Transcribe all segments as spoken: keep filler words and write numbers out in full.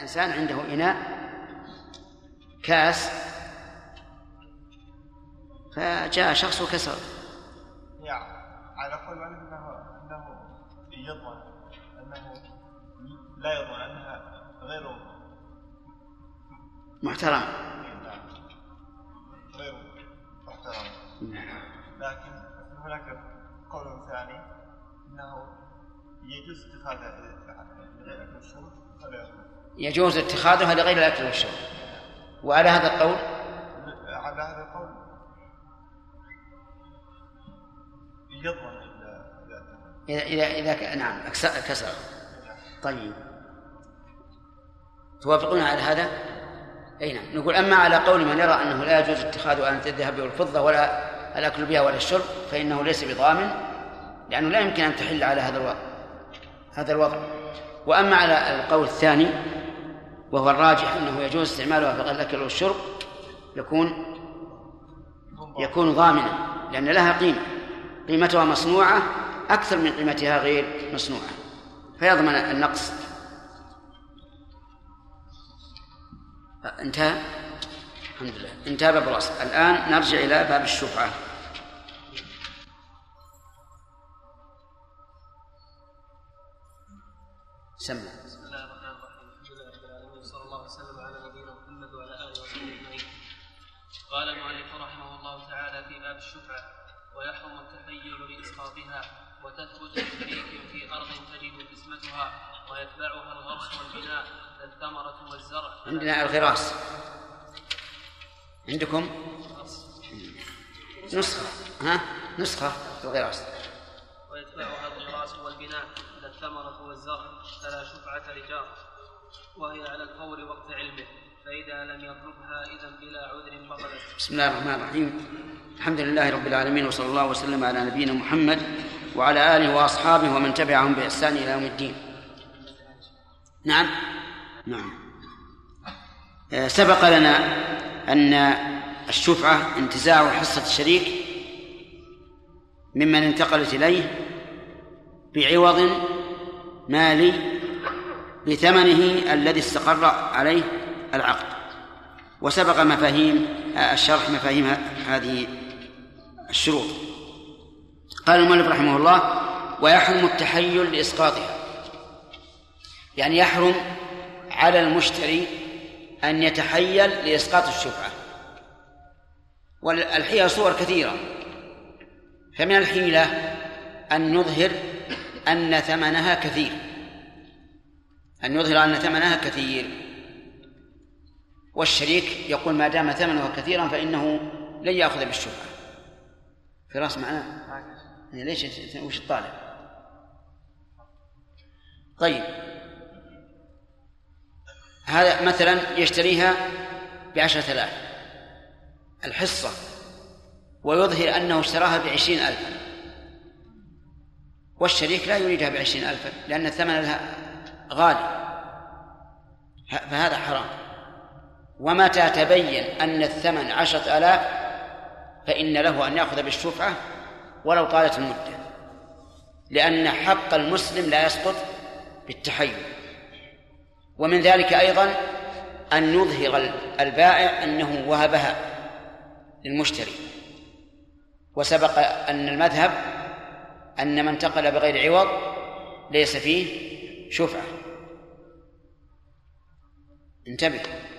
إنسان عنده إناء كاس فجاء شخص وكسر يعني على قول مالك أنه أنه يضمن أنه لا يضمن أنها غير محترم غير محترم، لكن هناك قول ثاني أنه يجوز اتخاذها لغير الأكل والشرب فلا يضمن. يجوز اتخاذها لغير الأكل والشرب. وعلى هذا القول على هذا القول يضمن إذا إذا إذا نعم كسر. طيب توافقون على هذا؟ أي نعم. نقول أما على قول من يرى أنه لا يجوز اتخاذ آنية الذهب والفضة ولا الأكل بها ولا الشرب فإنه ليس بضامن، لأنه لا يمكن أن تحل على هذا الوضع هذا الوضع. وأما على القول الثاني وهو الراجح أنه يجوز استعمالها في غير الأكل والشرب يكون يكون ضامنا، لأن لها قيمة، قيمتها مصنوعة أكثر من قيمتها غير مصنوعة، فيضمن النقص. انتهى الحمد لله، انتهى باب الأصل. الآن نرجع إلى باب الشفعة. سمع. بسم الله الرحمن الرحيم. الحمد لله رب العالمين، صلى الله وسلم على نبينا محمد وعلى آله وصحبه أجمعين. قال المؤلف رحمه الله تعالى في باب الشفعة: ويحرم التحيل لإسقاطها، وتثبت لشريك في أرض تجد قسمتها ويتبعها الغرس والبناء الثمرة والزرع. عندنا الغراس، عندكم نسخة ها نسخة الغراس. ويتبعها الغراس والبناء الثمرة والزرع فلا شفعة لجار، وهي على الفور وقت علمه، فإذا لم يطلبها إذن بلا عذر بطلت. بسم الله الرحمن الرحيم. الحمد لله رب العالمين، وصلى الله وسلم على نبينا محمد وعلى آله وأصحابه ومن تبعهم بإحسان إلى يوم الدين. نعم نعم سبق لنا أن الشفعة انتزاع حصة الشريك ممن انتقلت إليه بعوض مالي بثمنه الذي استقر عليه العقد. وسبق مفاهيم الشرح مفاهيم هذه الشروط. قال المؤلف رحمه الله: ويحرم التحيل لإسقاطها، يعني يحرم على المشتري أن يتحيل لإسقاط الشفعة. والحيلة صور كثيرة، فمن الحيلة أن نظهر أن ثمنها كثير أن يظهر أن ثمنها كثير والشريك يقول ما دام ثمنها كثيرا فإنه لن يأخذ بالشفعة. في رأس معناه يعني ليش وش الطالب؟ طيب هذا مثلا يشتريها بعشرة آلاف الحصة، ويظهر أنه اشتراها بعشرين ألفا، والشريك لا يريدها بعشرين ألفا لأن الثمن لها غالي، فهذا حرام. ومتى تبين أن الثمن عشرة آلاف فإن له أن يأخذ بالشفعة ولو طالت المدة، لأن حق المسلم لا يسقط بالتحيل. ومن ذلك أيضا أن يظهر البائع أنه وهبها للمشتري. وسبق أن المذهب أن من انتقل بغير عوض ليس فيه شفعة. انتبه،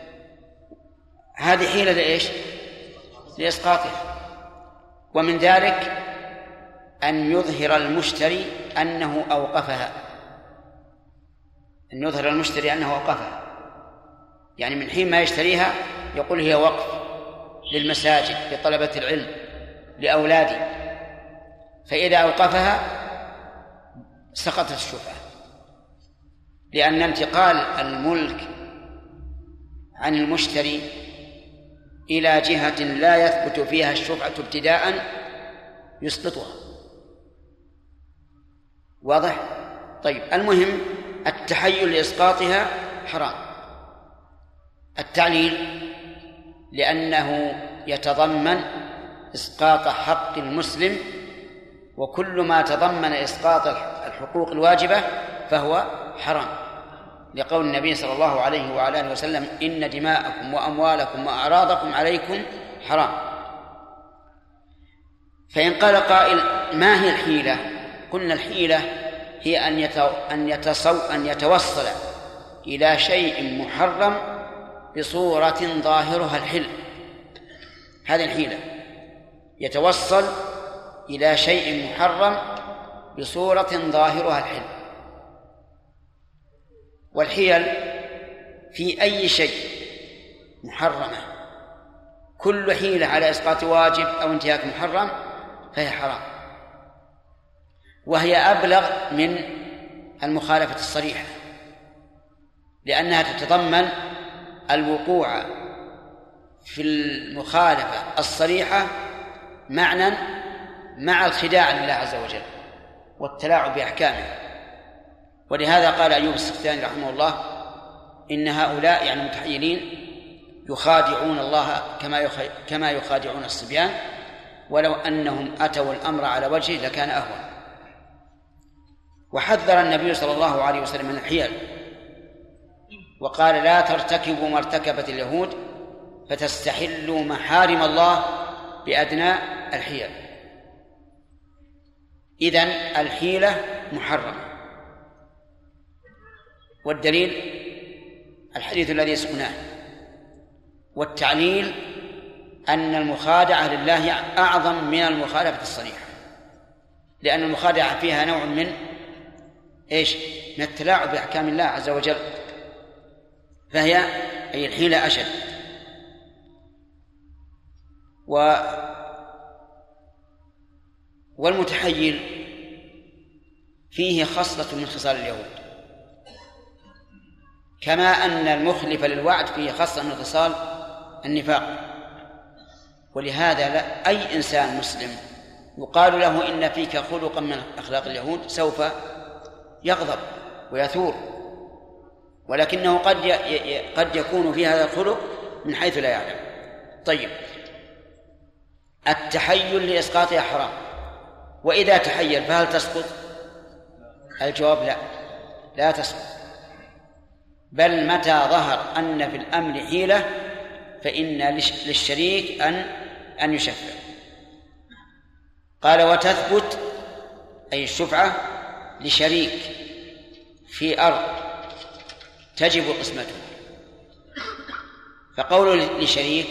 هذه حيلة لإيش؟ لإسقاطها. ومن ذلك أن يظهر المشتري أنه أوقفها أن يظهر المشتري أنه أوقفها يعني من حين ما يشتريها يقول هي وقف للمساجد، لطلبة العلم، لأولادي، فإذا أوقفها سقطت الشفعة، لأن انتقال الملك عن المشتري إلى جهة لا يثبت فيها الشفعة ابتداء يسقطها. واضح؟ طيب، المهم التحيل لإسقاطها حرام. التعليل لأنه يتضمن إسقاط حق المسلم، وكل ما تضمن إسقاط الحقوق الواجبة فهو حرام، لقول النبي صلى الله عليه وعلى آله وسلم إن دماءكم وأموالكم وأعراضكم عليكم حرام. فإن قال قائل ما هي الحيلة؟ قلنا الحيلة هي أن أن يتصو أن يتوصل إلى شيء محرم بصورة ظاهرها الحل. هذه الحيلة، يتوصل إلى شيء محرم بصورة ظاهرها الحل. والحيل في أي شيء محرمة، كل حيلة على إسقاط واجب أو انتهاك محرم فهي حرام، وهي أبلغ من المخالفة الصريحة، لأنها تتضمن الوقوع في المخالفة الصريحة معنى مع الخداع لله عز وجل والتلاعب بأحكامه. ولهذا قال أيوب السختياني رحمه الله إن هؤلاء يعني المتحيلين يخادعون الله كما كما يخادعون الصبيان، ولو أنهم أتوا الأمر على وجهه لكان أهون. وحذر النبي صلى الله عليه وسلم من الحيل وقال لا ترتكبوا ما ارتكبت اليهود فتستحلوا محارم الله بأدنى الحيل. إذن الحيلة محرمة، والدليل الحديث الذي سمعناه. والتعليل أن المخادعة لله أعظم من المخالفة الصريحة، لأن المخادعة فيها نوع من إيش؟ من التلاعب بأحكام الله عز وجل، فهي أي الحيلة أشد. و والمتحيل فيه خصلة من خصال اليهود، كما أن المخلف للوعد فيه خصلة من خصال النفاق. ولهذا لا أي إنسان مسلم يقال له إن فيك خلقا من أخلاق اليهود سوف يغضب ويثور، ولكنه قد قد يكون في هذا الخلق من حيث لا يعلم. طيب، التحيل لإسقاطها حرام، وإذا تحيل فهل تسقط؟ الجواب لا، لا تسقط، بل متى ظهر أن في الأمر حيلة فإن للشريك أن أن يشفع. قال وتثبت أي الشفعة لشريك في أرض تجب قسمته. فقول لشريك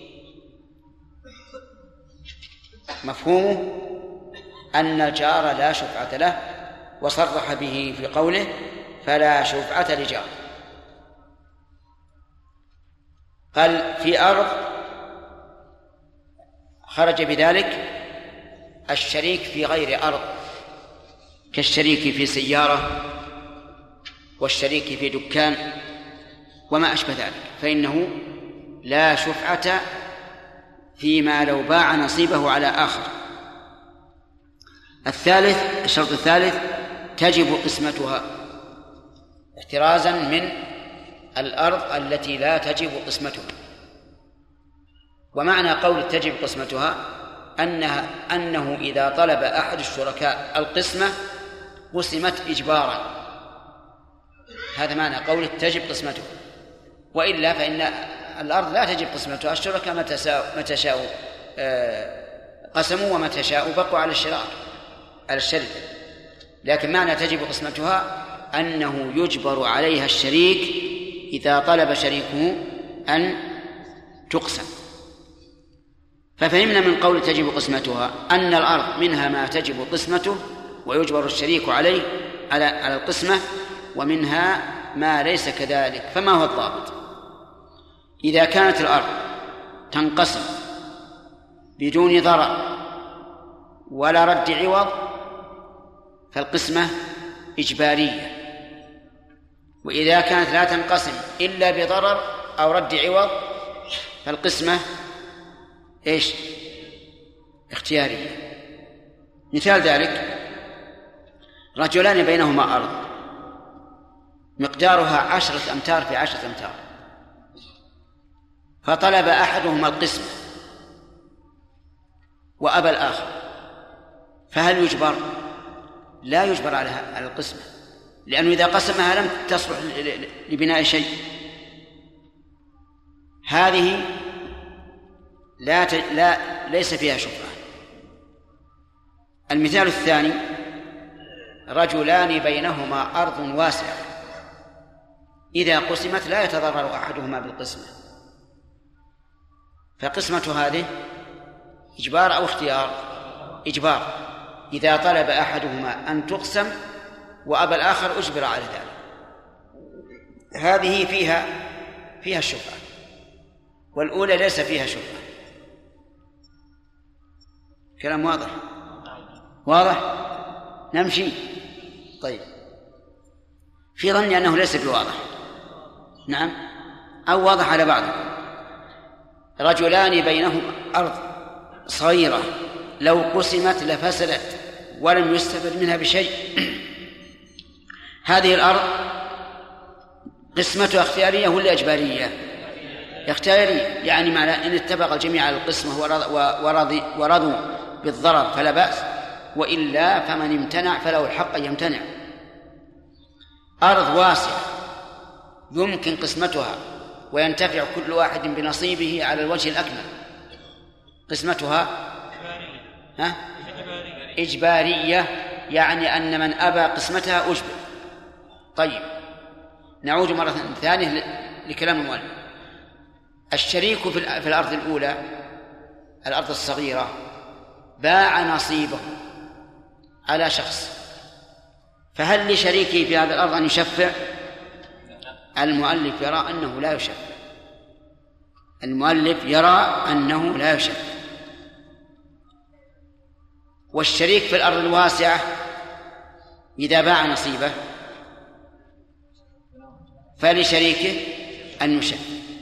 مفهومه أن الجار لا شفعة له، وصرح به في قوله فلا شفعة لجار. قال في أرض خرج بذلك الشريك في غير أرض، كالشريك في سيارة والشريك في دكان وما أشبه ذلك، فإنه لا شفعة فيما لو باع نصيبه على آخر. الثالث، الشرط الثالث تجب قسمتها احترازا من الأرض التي لا تجب قسمتها. ومعنى قول تجب قسمتها أنها أنه إذا طلب أحد الشركاء القسمة قسمت إجبارا، هذا معنى قول تجب قسمتها. وإلا فإن الأرض لا تجب قسمتها، الشركاء متى شاءوا قسموا ومتى شاءوا بقوا على الشراك على الشركة. لكن معنى تجب قسمتها أنه يجبر عليها الشريك إذا طلب شريكه أن تقسم. ففهمنا من قول تجب قسمتها أن الأرض منها ما تجب قسمته ويجبر الشريك عليه على على القسمة، ومنها ما ليس كذلك. فما هو الضابط؟ إذا كانت الأرض تنقسم بدون ضرر ولا رد عوض فالقسمة إجبارية، وإذا كانت لا تنقسم إلا بضرر أو رد عوض فالقسمة إيش؟ اختيارية. مثال ذلك رجلان بينهما أرض مقدارها عشرة أمتار في عشرة أمتار، فطلب أحدهما القسمة وأبى الآخر، فهل يجبر؟ لا يجبر على القسمة، لأنه إذا قسمها لم تصلح لبناء شيء. هذه لا, ت... لا ليس فيها شفعة. المثال الثاني: رجلان بينهما أرض واسعة إذا قسمت لا يتضرر أحدهما بالقسمة، فقسمة هذه إجبار أو اختيار؟ إجبار. إذا طلب أحدهما أن تقسم وأبى الآخر أجبر على ذلك، هذه فيها فيها الشفعة، والأولى ليس فيها شفعة. كلام واضح؟ واضح؟ نمشي. طيب، في ظني أنه ليس بواضح. نعم، أو واضح على بعضه. رجلان بينهما أرض صغيرة لو قسمت لفسدت ولم يستفد منها بشيء. هذه الأرض قسمتها اختيارية ولا إجبارية؟ اختيارية، يعني معنى إن اتفق الجميع على القسمة ورضوا ورضوا بالضرر فلا بأس، وإلا فمن امتنع فله الحق أن يمتنع. أرض واسعة يمكن قسمتها وينتفع كل واحد بنصيبه على الوجه الأكمل، قسمتها ها؟ إجبارية، يعني أن من أبى قسمتها أجبر. طيب، نعود مرة ثانية لكلام المؤلف. الشريك في الأرض الأولى، الأرض الصغيرة، باع نصيبه على شخص، فهل لشريكه في هذه الأرض أن يشفع؟ المؤلف يرى أنه لا يشفع. المؤلف يرى أنه لا يشفع. والشريك في الأرض الواسعة إذا باع نصيبه فلشريكه أن يشفع.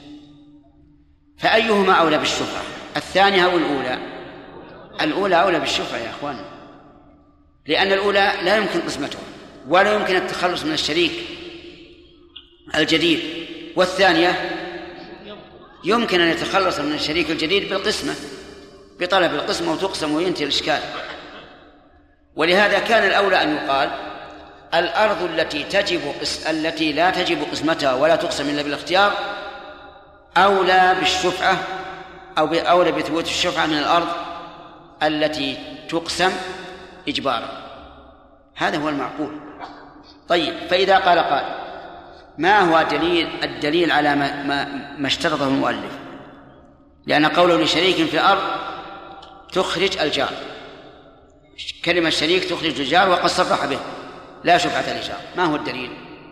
فأيهما أولى بالشفعة، الثانية أو الأولى؟ الأولى أولى بالشفعة يا أخوان، لأن الأولى لا يمكن قسمتها ولا يمكن التخلص من الشريك الجديد، والثانية يمكن أن يتخلص من الشريك الجديد بالقسمة، بطلب القسمة وتقسم وينتهي الإشكال. ولهذا كان الأولى أن يقال الأرض التي تجب قس... التي لا تجب قسمتها ولا تقسم إلا بالاختيار أولى بالشفعة أو أولى بثبوت الشفعة من الأرض التي تقسم إجبارا. هذا هو المعقول. طيب، فإذا قال قال ما هو دليل الدليل على ما, ما, ما اشترطه المؤلف؟ لأن قوله لشريك في الأرض تخرج الجار، كلمة شريك تخرج الجار وقد صرح به لا شفعة للجار. ما هو الدليل؟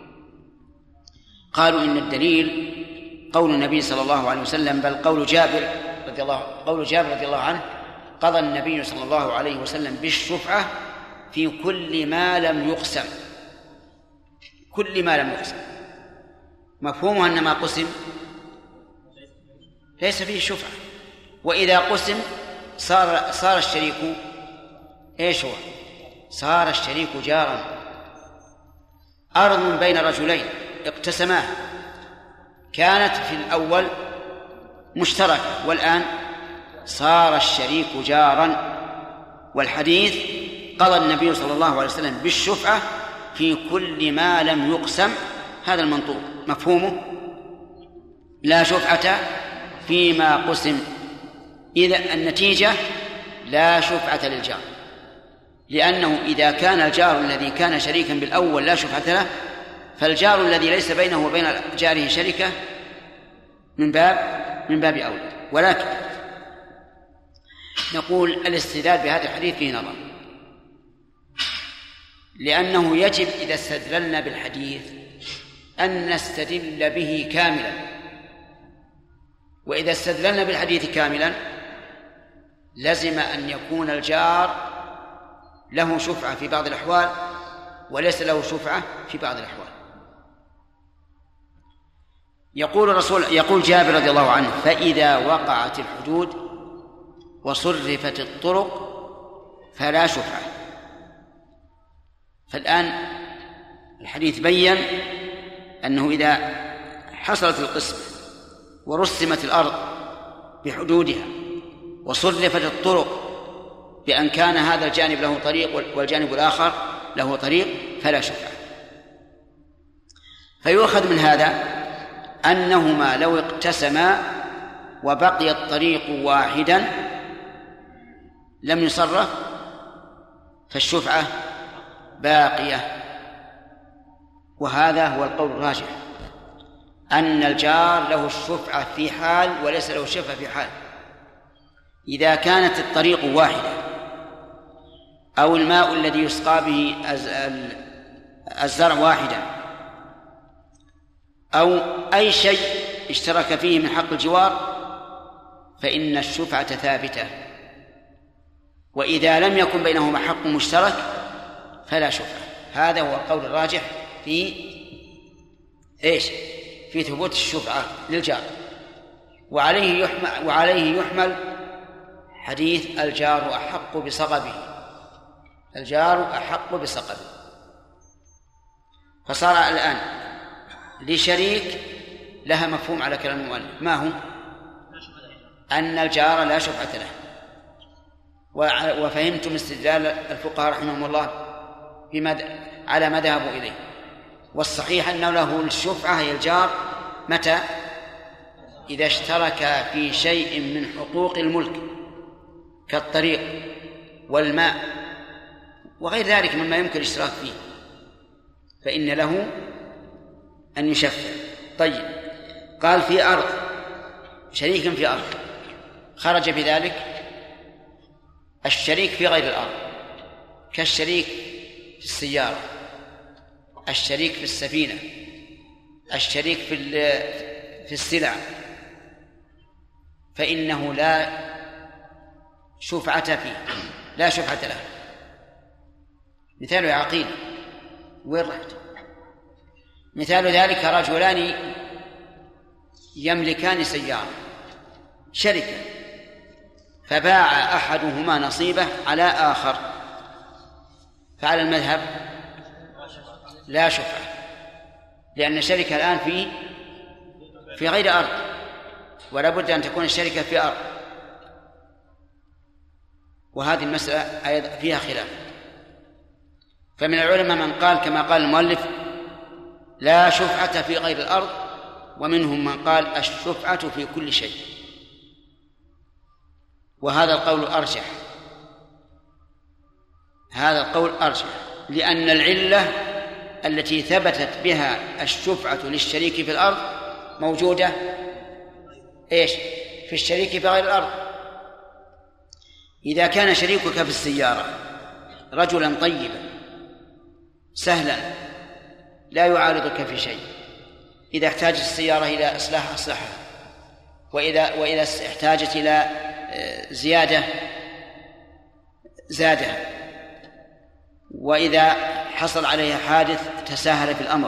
قالوا إن الدليل قول النبي صلى الله عليه وسلم، بل قول جابر رضي الله قول جابر رضي الله عنه: قضى النبي صلى الله عليه وسلم بالشفعة في كل ما لم يقسم. كل ما لم يقسم مفهومه أن ما قسم ليس فيه شفعة، وإذا قسم صار صار الشريك ايش هو؟ صار الشريك جارا. أرض بين رجلين اقتسماه كانت في الأول مشتركة والآن صار الشريك جارا. والحديث قضى النبي صلى الله عليه وسلم بالشفعة في كل ما لم يقسم، هذا المنطوق مفهومه لا شفعة فيما قسم. إذا النتيجة لا شفعة للجار، لأنه إذا كان الجار الذي كان شريكا بالأول لا شفعة له، فالجار الذي ليس بينه وبين جاره شركة من باب من باب أولى. ولكن نقول الاستدلال بهذا الحديث فيه نظر، لأنه يجب إذا استدللنا بالحديث أن نستدل به كاملا، وإذا استدللنا بالحديث كاملا لزم أن يكون الجار له شفعة في بعض الأحوال وليس له شفعة في بعض الأحوال. يقول الرسول يقول جابر رضي الله عنه: فإذا وقعت الحدود وصرفت الطرق فلا شفعة. فالآن الحديث بيّن أنه إذا حصلت القسمة ورسمت الأرض بحدودها وصرفت الطرق بأن كان هذا الجانب له طريق والجانب الآخر له طريق فلا شفعة. فيؤخذ من هذا أنهما لو اقتسما وبقي الطريق واحدا لم يصرف فالشفعة باقية. وهذا هو القول الراجح، أن الجار له الشفعة في حال وليس له الشفعة في حال. إذا كانت الطريق واحدة أو الماء الذي يسقى به الزرع واحدا أو أي شيء اشترك فيه من حق الجوار فإن الشفعة ثابتة. وإذا لم يكن بينهما حق مشترك فلا شفعة. هذا هو القول الراجح في إيش؟ في ثبوت الشفعة للجار. وعليه يحمل, وعليه يحمل حديث الجار أحق بصغبه، الجار أحق بصغبه. فصار الآن لشريك لها مفهوم على كلام المؤلف، ما هو؟ أن الجار لا شفعة له. وفهمتم استدلال الفقهاء رحمهم الله بمد... على ما ذهبوا إليه. والصحيح أنه له الشفعة هي الجار متى؟ إذا اشترك في شيء من حقوق الملك كالطريق والماء وغير ذلك مما يمكن الاشتراك فيه فإن له أن يشفع. طيب، قال في أرض، شريك في أرض، خرج بذلك الشريك في غير الأرض كالشريك في السيارة، الشريك في السفينة، الشريك في في السلع، فإنه لا شفعة فيه، لا شفعة له. مثال عقيل، وين رحت؟ مثال ذلك رجلان يملكان سيارة شركة، فباع أحدهما نصيبه على آخر، فعلى المذهب لا شفعة، لأن الشركة الآن في في غير أرض، ولا بد أن تكون الشركة في أرض. وهذه المسألة أيضا فيها خلاف. فمن العلماء من قال كما قال المؤلف لا شفعة في غير الأرض، ومنهم من قال الشفعة في كل شيء، وهذا القول أرجح. هذا القول أرجح لأن العلة التي ثبتت بها الشفعة للشريك في الأرض موجودة إيش؟ في الشريك في غير الأرض. إذا كان شريكك في السيارة رجلا طيبا سهلا لا يعارضك في شيء، إذا احتاجت السيارة إلى إصلاح أصلحها، وإذا وإذا احتاجت إلى زيادة زادها، وإذا حصل عليها حادث تساهل في الأمر،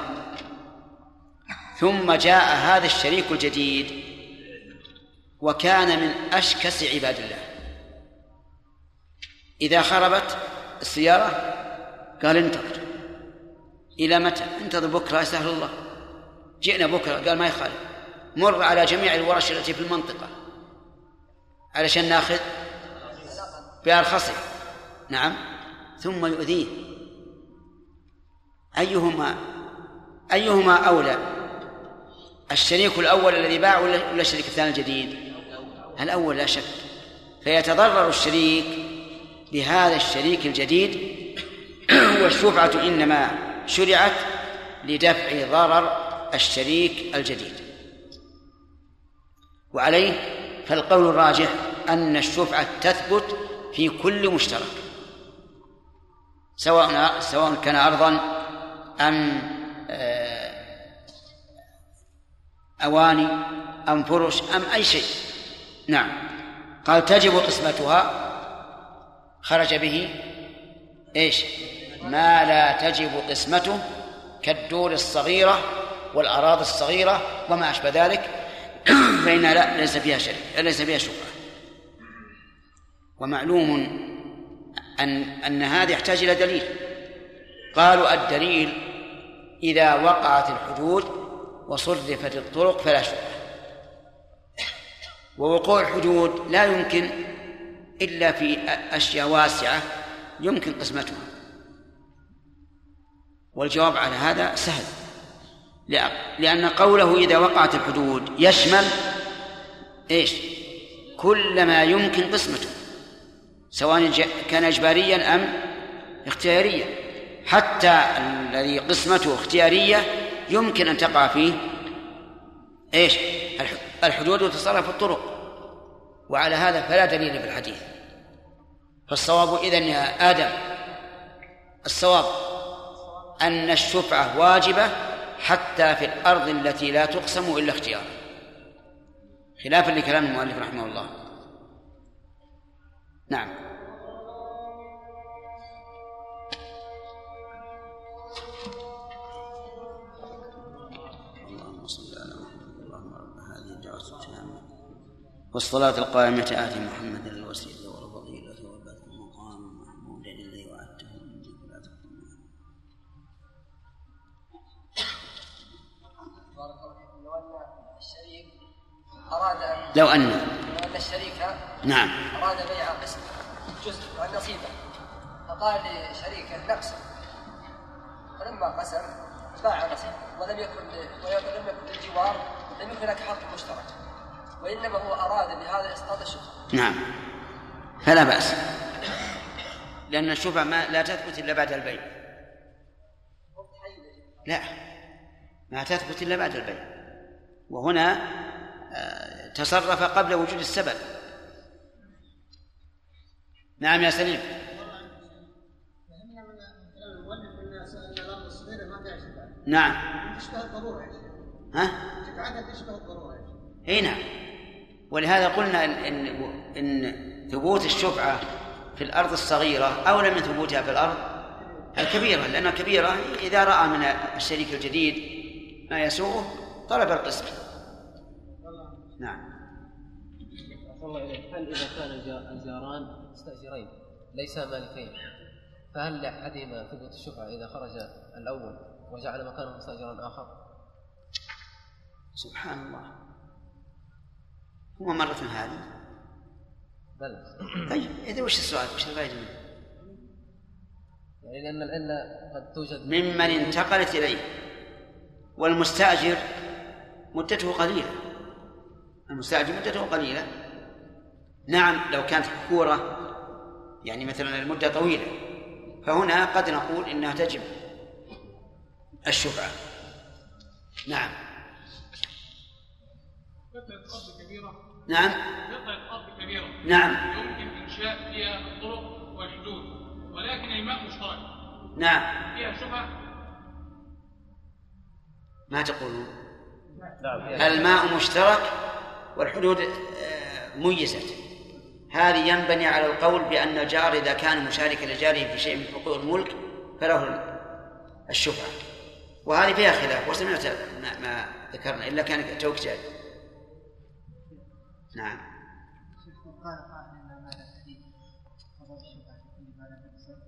ثم جاء هذا الشريك الجديد وكان من أشكس عباد الله، إذا خربت السيارة قال انتظر. إلى متى؟ انتظر بكرة يسهل الله. جئنا بكرة قال ما يخالف، مر على جميع الورش التي في المنطقة علشان ناخذ بأرخصه. نعم، ثم يؤذيه. أيهما أيهما أولى، الشريك الأول الذي باع ولا الشريك الثاني الجديد؟ الأول لا شك. فيتضرر الشريك بهذا الشريك الجديد، والشفعة إنما شرعت لدفع ضرر الشريك الجديد. وعليه فالقول الراجح أن الشفعة تثبت في كل مشترك، سواء سواء كان أرضا أم أواني أم فرش أم أي شيء. نعم، قال تجب قسمتها، خرج به إيش؟ ما لا تجب قسمته كالدور الصغيرة والأراضي الصغيرة وما أشبه ذلك، فإنها لا ليس فيها شيء، ليس فيها شفعة. ومعلوم أن أن هذا يحتاج إلى دليل. قالوا الدليل إذا وقعت الحدود وصرفت الطرق فلا شفعة. ووقوع الحدود لا يمكن إلا في أشياء واسعة يمكن قسمتها، والجواب على هذا سهل. لأن قوله إذا وقعت الحدود يشمل إيش؟ كل ما يمكن قسمته سواء كان إجباريا أم اختياريا، حتى الذي قسمته اختيارية يمكن أن تقع فيه إيش؟ الحدود وتصرف الطرق، وعلى هذا فلا دليل في الحديث. فالصواب إذن يا آدم، الصواب أن الشفعة واجبة حتى في الأرض التي لا تقسم إلا اختيارا، خلافا لكلام المؤلف رحمه الله. نعم. اللهم صل على محمد اللهم رب هذه الدعوة التامة والصلاة القائمة آت محمد الوسيلة والفضيلة وبعث المقام محمود الذي وعدته إنك لا تخلف. بارك الله فيكم. لو أن الشريك أراد أن لو أن لو أن الشريك نعم أراد بيع قسم جزء عن نصيبه، فقال لشريكه نقسم، فلما قسم باع نصيبه ولم يكن ولم يكن للجوار، لم يكن لك حق مشترك، وإنما هو أراد بهذا إسقاط الشفعة. نعم فلا بأس، لأن الشفعة ما لا تثبت إلا بعد البيع. لا ما تثبت إلا بعد البيع، وهنا تصرف قبل وجود السبب. نعم يا سليم. نعم. ها؟ اي نعم. ولهذا قلنا إن, إن, إن ثبوت الشفعة في الأرض الصغيرة أولى من ثبوتها في الأرض الكبيرة، لأن الكبيرة إذا رأى من الشريك الجديد ما يسوءه طلب القسط. نعم. هل إذا كان الجاران مستأجرين ليس مالكين، فهل لأحدهما ثبوت الشفعة إذا خرج الأول وجعل مكانه مستأجرا آخر؟ سبحان الله، هو مرة هذه بل طيب إذا وش السؤال؟ وش الغاية منه؟ يعني لأن العلة قد توجد ممن انتقلت إليه، والمستأجر مدته قليلة، المستأجر مدته قليلة. نعم لو كانت حكورة يعني مثلا المدة طويلة، فهنا قد نقول إنها تجب الشفعة. نعم. قطعة أرض كبيرة. نعم. قطعة أرض كبيرة. نعم. يمكن إنشاء فيها الطرق والحدود، ولكن الماء مشترك. نعم. فيها شفعة. ما تقولون؟ الماء مشترك والحدود ميزت، هذه ينبني على القول بأن الجار إذا كان مشاركا لجاره في شيء من حقوق الملك فله الشفعة، وهذه فيها خلاف وسمعت ما, ما ذكرنا إلا كان توك جاي. نعم. قال قائل إن ما لا تفيد قضاء الشفعة في كل ما لا تقسم،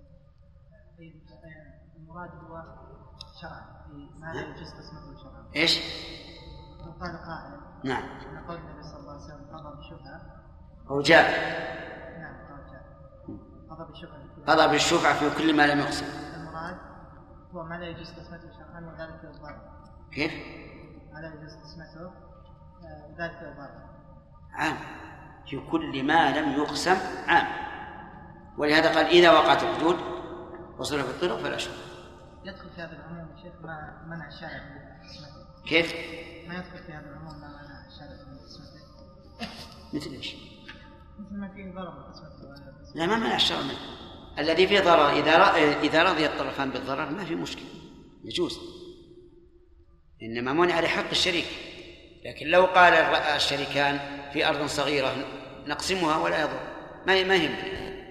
المراد هو شرعا في ما لا يجوز قسمته شرعا. إيش؟ قال قائل نعم أن قول النبي صلى الله عليه وسلم قضى بالشفعة هو جاء. نعم قال جاء قضى بالشفعة قضى بالشفعة في كل ما لم يقسم. المراد هو ما لا يجوز قسمته شرعا وذلك الضرر. كيف؟ ما لا يجوز قسمته وذلك الضرر. عام في كل ما لم يقسم عام، ولهذا قال إذا وقعت الحدود وصرف الطرق فلا شفعة. يدخل في هذا العموم يا شيخ ما منع الشارع من قسمته. كيف؟ ما يدخل في هذا العموم ما منع الشارع من قسمته. مثل ايش؟ مثل ما فيه ضرر من قسمته. لا ما منع الشرع منه. الذي فيه ضرر إذا إذا رضي الطرفان بالضرر ما في مشكلة يجوز، إنما منع لحق الشريك. لكن لو قال الشريكان في أرض صغيرة نقسمها ولا يضر ما ما يهم،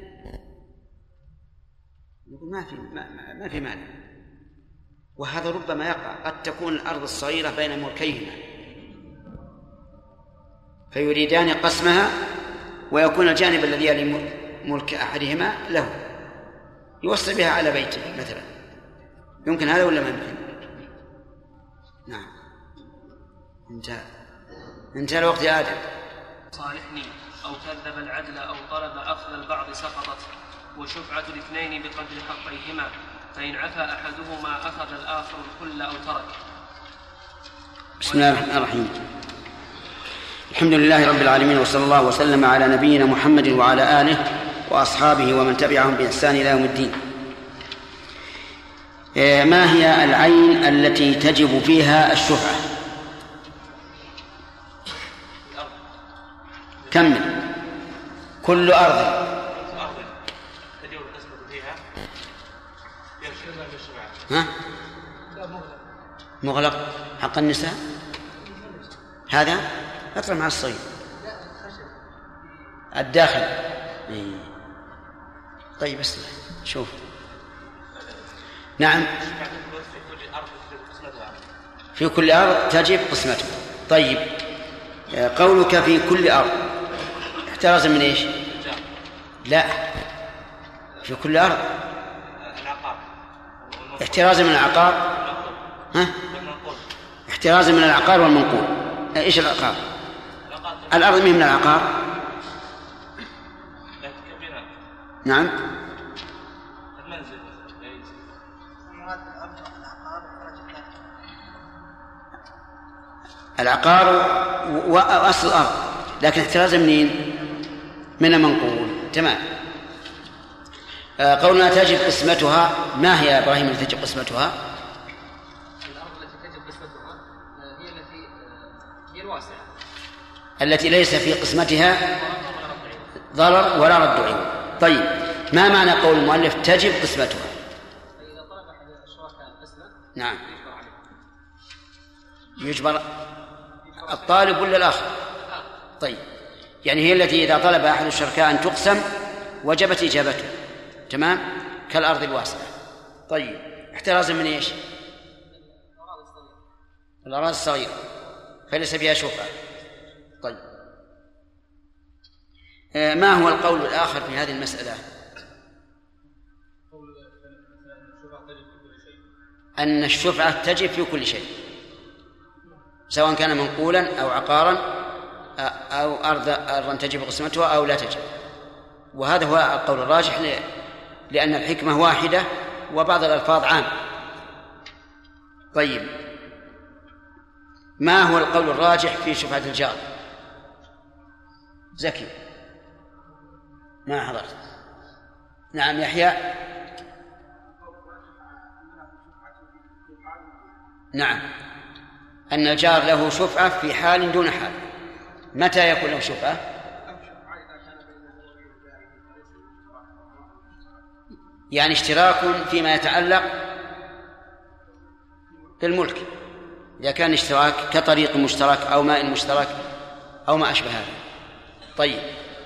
يقول ما في ما, ما في مانع. وهذا ربما يقع، قد تكون الأرض الصغيرة بين ملكيهما فيريدان قسمها ويكون الجانب الذي يلي ملك أحدهما له يوصي بها على بيته مثلا، يمكن هذا ولا ما يمكن؟ نعم. انتهى انتهى الوقت يا آدم. صالحني أو كذب العدل أو طلب أخذ البعض سقطت، وشفعة الاثنين بقدر حقيهما، فإن عفى أحدهما أخذ الآخر الكل أو ترك. بسم الله الرحمن الرحيم. الحمد لله رب العالمين، وصلى الله وسلم على نبينا محمد وعلى آله وأصحابه ومن تبعهم بإحسان إلى يوم الدين. ما هي العين التي تجب فيها الشفعة؟ كمل. كل أرض تجب القسمة فيها يرشدها بالشفعة. ها؟ مغلق حق النساء هذا اطلع مع الصيد الداخل. إيه. طيب اسمع شوف. نعم في كل أرض تجب قسمته. طيب قولك في كل أرض احتراز من ايش؟ لا، في كل أرض احتراز من العقار. ها؟ احتراز من العقار والمنقول. ايش العقار؟ الأرض من العقار. نعم العقار وأصل الأرض، لكن احتراز منين؟ من المنقول. تمام. قولنا تجب قسمتها، ما هي يا إبراهيم التي تجب قسمتها؟ الأرض التي تجب قسمتها هي التي هي الواسعة التي ليس في قسمتها ضرر ولا رد عوض. طيب ما معنى قول المؤلف تجب قسمتها؟ فإذا طلب أحد الشركاء القسمة نعم يجبر الطالب ولا الآخر؟ طيب يعني هي التي إذا طلب أحد الشركاء أن تقسم وجبت إجابته. تمام، كالأرض الواسعة. طيب احترازا من إيش؟ الأراضي الصغيرة فليس فيها شفعة. طيب ما هو القول الآخر في هذه المسألة؟ أن الشفعة تجب في كل شيء سواء كان منقولا أو عقارا أو أرضا تجب قسمتها أو لا تجب. وهذا هو القول الراجح لأن الحكمة واحدة وبعض الألفاظ عام. طيب ما هو القول الراجح في شفعة الجار؟ زكي ما حضرت. نعم يحيى. نعم أن الجار له شفعة في حال دون حال. متى يكون له شفعة؟ يعني اشتراك فيما يتعلق بالملك، إذا كان اشتراك كطريق مشترك أو ماء مشترك أو ما أشبه هذا. طيب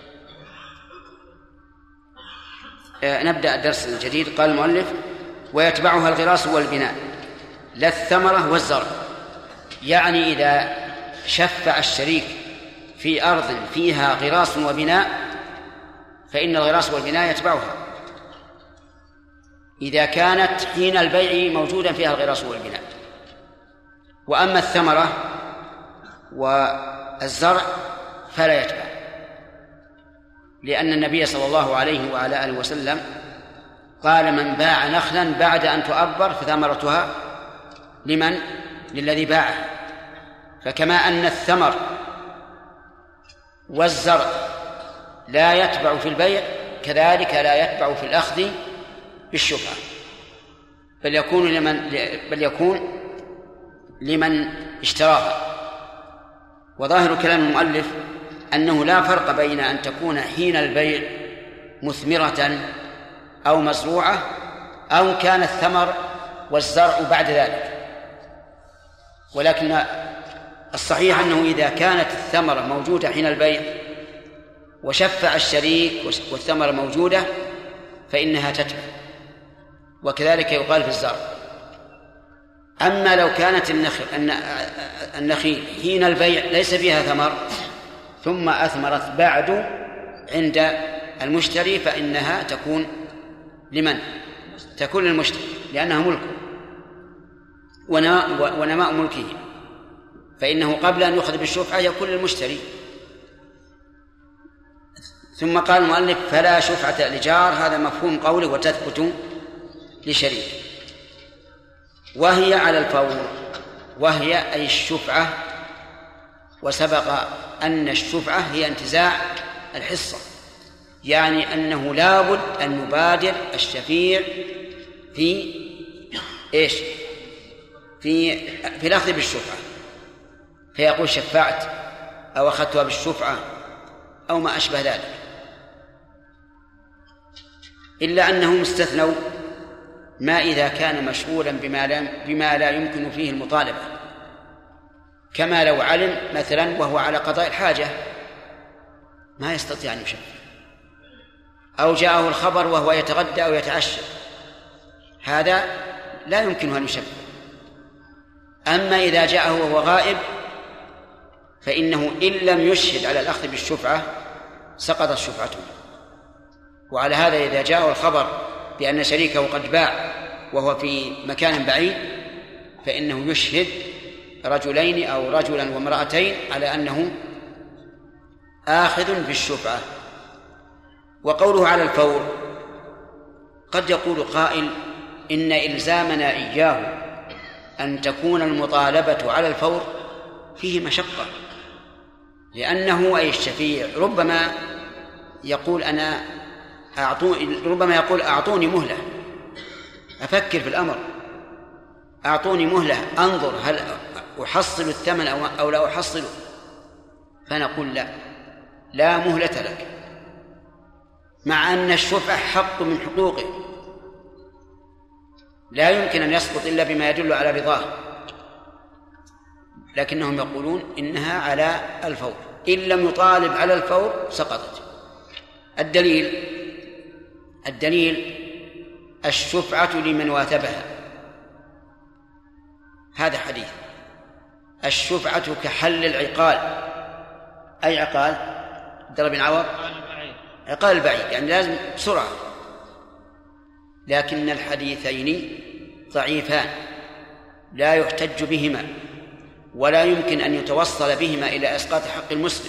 آه نبدأ الدرس الجديد. قال المؤلف ويتبعها الغراس والبناء لا الثمرة والزرع. يعني إذا شفع الشريك في أرض فيها غراس وبناء فإن الغراس والبناء يتبعها إذا كانت حين البيع موجودا فيها الغراس والبناء. وأما الثمرة والزرع فلا يتبع، لأن النبي صلى الله عليه وعلى آله وسلم قال من باع نخلا بعد أن تؤبر فثمرتها لمن؟ للذي باعه. فكما أن الثمر والزرع لا يتبع في البيع كذلك لا يتبع في الأخذ بالشفعة، بل يكون لمن بل يكون لمن اشتراها. وظاهر كلام المؤلف أنه لا فرق بين أن تكون حين البيع مثمرة أو مزروعة أو كان الثمر والزرع بعد ذلك، ولكن الصحيح أنه إذا كانت الثمرة موجودة حين البيع وشفع الشريك والثمرة موجودة فإنها تتبع، وكذلك يقال في الزرع. أما لو كانت النخل النخيل حين البيع ليس فيها ثمر ثم أثمرت بعد عند المشتري فإنها تكون لمن؟ تكون للمشتري لأنها ملكه ونماء ملكه، فإنه قبل أن يأخذ بالشفعة يكون للمشتري. ثم قال المؤلف فلا شفعة لجار، هذا مفهوم قوله وتثبت لشريك، وهي على الفور وهي أي الشفعة، وسبق أن الشفعة هي انتزاع الحصة، يعني أنه لابد أن يبادر الشفيع في إيش؟ في في الأخذ بالشفعة، فيقول شفعت أو أخذتها بالشفعة أو ما أشبه ذلك، إلا أنهم استثنوا ما إذا كان مشغولا بما لا, بما لا يمكن فيه المطالبة، كما لو علم مثلا وهو على قضاء الحاجة ما يستطيع أن يشفع، أو جاءه الخبر وهو يتغدى أو يتعشى، هذا لا يمكن أن يشفع. أما إذا جاءه وهو غائب فإنه إن لم يشهد على الأخذ بالشفعة سقطت شفعته. وعلى هذا إذا جاءه الخبر بأن شريكه قد باع وهو في مكان بعيد فإنه يشهد رجلين أو رجلا وامرأتين على أنه آخذ بالشفعة. وقوله على الفور، قد يقول قائل إن إلزامنا إياه أن تكون المطالبة على الفور فيه مشقة، لأنه أي الشفيع ربما يقول أنا أعطوني ربما يقول أعطوني مهلة أفكر في الأمر، أعطوني مهلة أنظر هل أحصل الثمن أو لا أحصله، فنقول لا لا مهلة لك، مع أن الشفعة حق من حقوقه لا يمكن أن يسقط إلا بما يدل على رضاه، لكنهم يقولون إنها على الفور، إن لم يطالب على الفور سقطت. الدليل الدليل الشفعة لمن واثبها، هذا حديث الشفعة كحل العقال. أي عقال؟ ضرب بن عوض عقال البعيد، يعني لازم بسرعة. لكن الحديثين ضعيفان لا يحتج بهما ولا يمكن أن يتوصل بهما إلى إسقاط حق المسلم،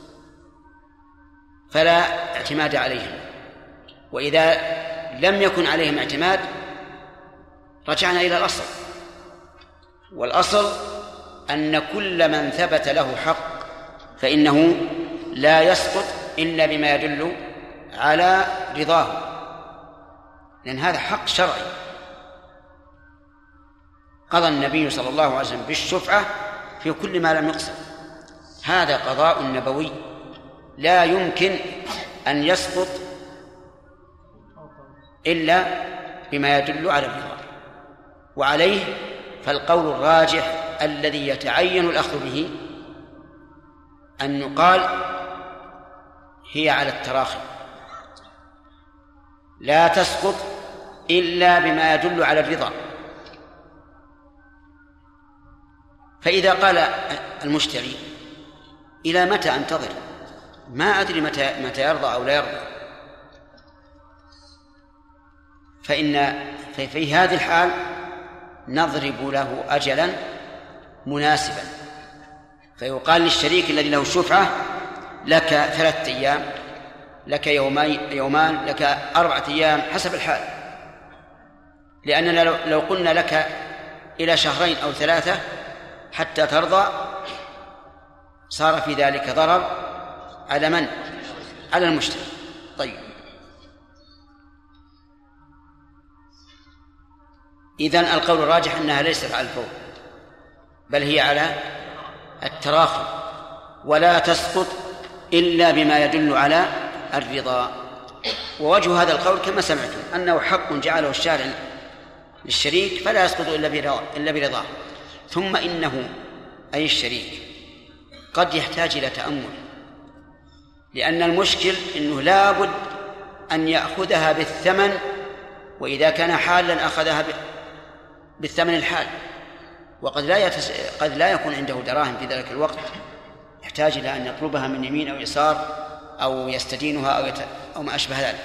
فلا اعتماد عليهم. وإذا لم يكن عليهم اعتماد رجعنا إلى الأصل، والأصل أن كل من ثبت له حق فإنه لا يسقط إلا بما يدل على رضاه، لأن هذا حق شرعي. قضى النبي صلى الله عليه وسلم بالشفعة في كل ما لم يقسم، هذا قضاء نبوي لا يمكن أن يسقط إلا بما يدل على الرضا. وعليه فالقول الراجح الذي يتعين الأخذ به أن يقال هي على التراخي، لا تسقط إلا بما يدل على الرضا. فإذا قال المشتري إلى متى أنتظر، ما أدري متى متى يرضى أو لا يرضى، فإن في هذه الحال نضرب له أجلا مناسبا، فيقال للشريك الذي له الشفعة لك ثلاثة أيام، لك يومين يومان، لك أربعة أيام حسب الحال، لأننا لو قلنا لك إلى شهرين أو ثلاثة حتى ترضى صار في ذلك ضرر على من؟ على المشتري. طيب، إذن القول الراجح أنها ليست على الفور بل هي على التراخي، ولا تسقط إلا بما يدل على الرضا. ووجه هذا القول كما سمعتم أنه حق جعله الشارع للشريك فلا يسقط إلا برضاه. ثم إنه أي الشريك قد يحتاج إلى تأمل، لأن المشكل أنه لا بد أن يأخذها بالثمن، وإذا كان حالا أخذها بالثمن الحال، وقد لا يتس... قد لا يكون عنده دراهم في ذلك الوقت، يحتاج إلى أن يطلبها من يمين أو يسار أو يستدينها أو, يت... أو ما أشبه ذلك.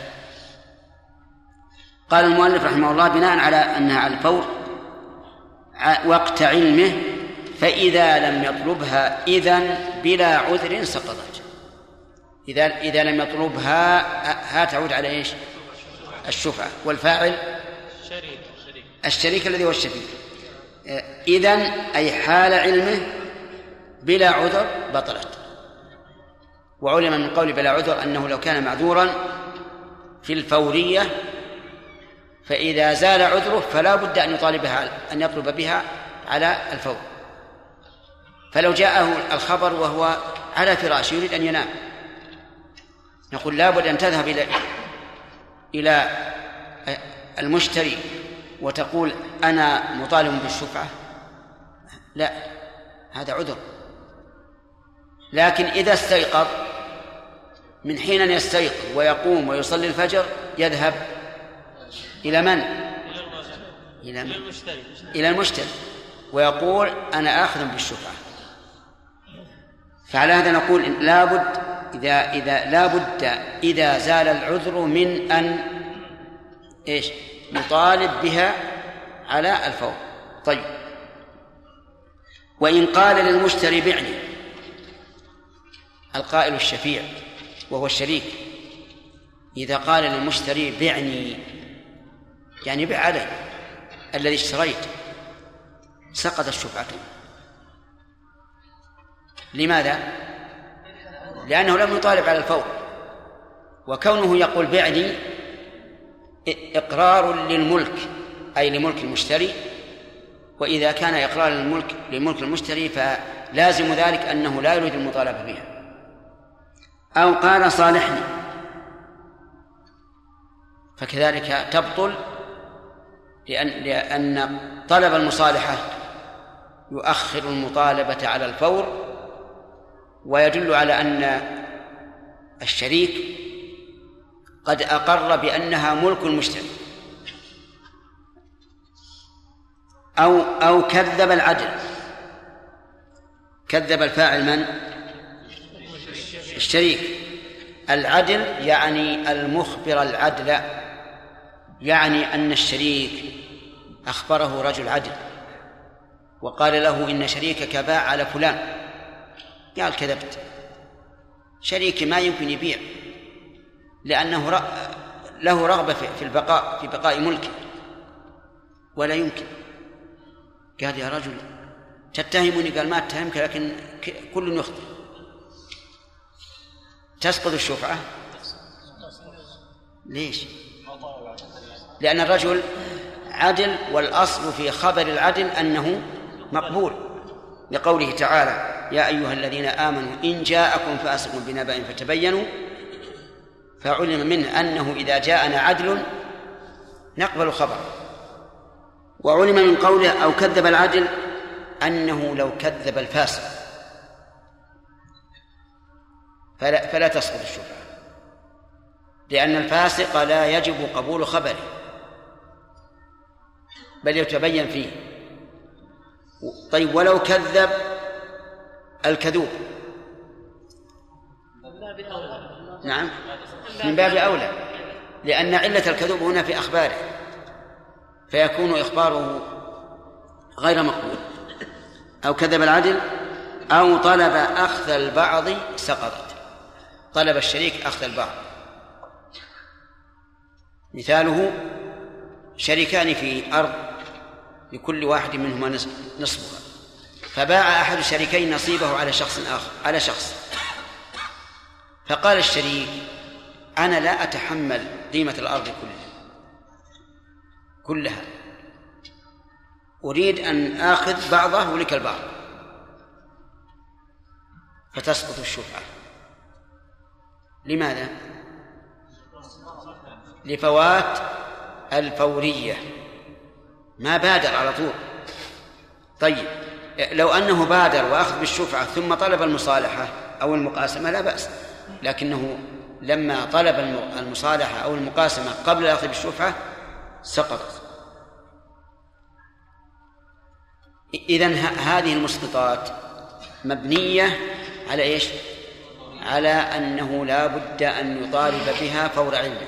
قال المؤلف رحمه الله بناء على أنها على الفور وقت علمه، فإذا لم يطلبها إذن بلا عذر سقطت. إذا إذا لم يطلبها ها تعود على إيش؟ الشفعة. والفاعل الشريك الذي هو الشفيع. إذن أي حال علمه بلا عذر بطلت. وعلم من قول بلا عذر أنه لو كان معذورا في الفورية فإذا زال عذره فلا بد أن يطالبها أن يطلب بها على الفور. فلو جاءه الخبر وهو على فراش يريد أن ينام نقول لا بد أن تذهب إلى إلى المشتري وتقول أنا مطالب بالشفعة؟ لا، هذا عذر. لكن إذا استيقظ من حين أن يستيقظ ويقوم ويصلي الفجر يذهب إلى من؟ إلى من؟ إلى المشتري ويقول أنا آخذ بالشفعة. فعلى هذا نقول لا بد إذا إذا لا بد إذا زال العذر من أن إيش نطالب بها على الفور. طيب، وإن قال للمشتري بعني، القائل الشفيع وهو الشريك إذا قال للمشتري بعني يعني بع علي الذي اشتريت سقطت شفعته. لماذا؟ لأنه لم يطالب على الفور، وكونه يقول بعني إقرار للملك أي لملك المشتري، وإذا كان إقرار للملك لملك المشتري فلازم ذلك أنه لا يريد المطالبة بها. أو قال صالحني فكذلك تبطل، لأن, لأن طلب المصالحة يؤخر المطالبة على الفور، ويدل على أن الشريك قد أقر بأنها ملك المشتري. أو أو كذب العدل. كذب الفاعل من؟ الشريك. العدل يعني المخبر العدل، يعني أن الشريك أخبره رجل عدل وقال له إن شريكك باع على فلان، قال كذبت، شريكي ما يمكن يبيع لأنه له رغبة في البقاء في بقاء ملكه ولا يمكن. قال يا رجل تتهمني؟ قال ما اتهمك لكن كل يخطئ. تسقط الشفعة. ليش؟ لأن الرجل عدل، والأصل في خبر العدل أنه مقبول، لقوله تعالى يا أيها الذين آمنوا إن جاءكم فاسق بنبأ فتبينوا، فعلم منه أنه إذا جاءنا عدل نقبل خبره. وعلم من قوله أو كذب العدل أنه لو كذب الفاسق فلا, فلا تسقط الشفعة، لأن الفاسق لا يجب قبول خبره بل يتبين فيه. طيب، ولو كذب الكذوب؟ نعم، من باب أولى، لأن علة الكذوب هنا في أخباره، فيكون إخباره غير مقبول. أو كذب العدل أو طلب أخذ البعض سقطت. طلب الشريك أخذ البعض، مثاله شريكان في أرض لكل واحد منهما نصفها، فباع أحد الشريكين نصيبه على شخص آخر على شخص، فقال الشريك أنا لا أتحمل قيمة الأرض كلها كلها أريد أن آخذ بعضه ولك البعض، فتسقط الشفعة. لماذا؟ لفوات الفورية، ما بادر على طول. طيب، لو أنه بادر وأخذ بالشفعة ثم طلب المصالحة أو المقاسمة لا بأس، لكنه لما طلب المصالحة أو المقاسمة قبل الأخذ بالشفعة سقطت. إذن هذه المسقطات مبنية على إيش؟ على أنه لا بد أن يطالب بها فور علمه.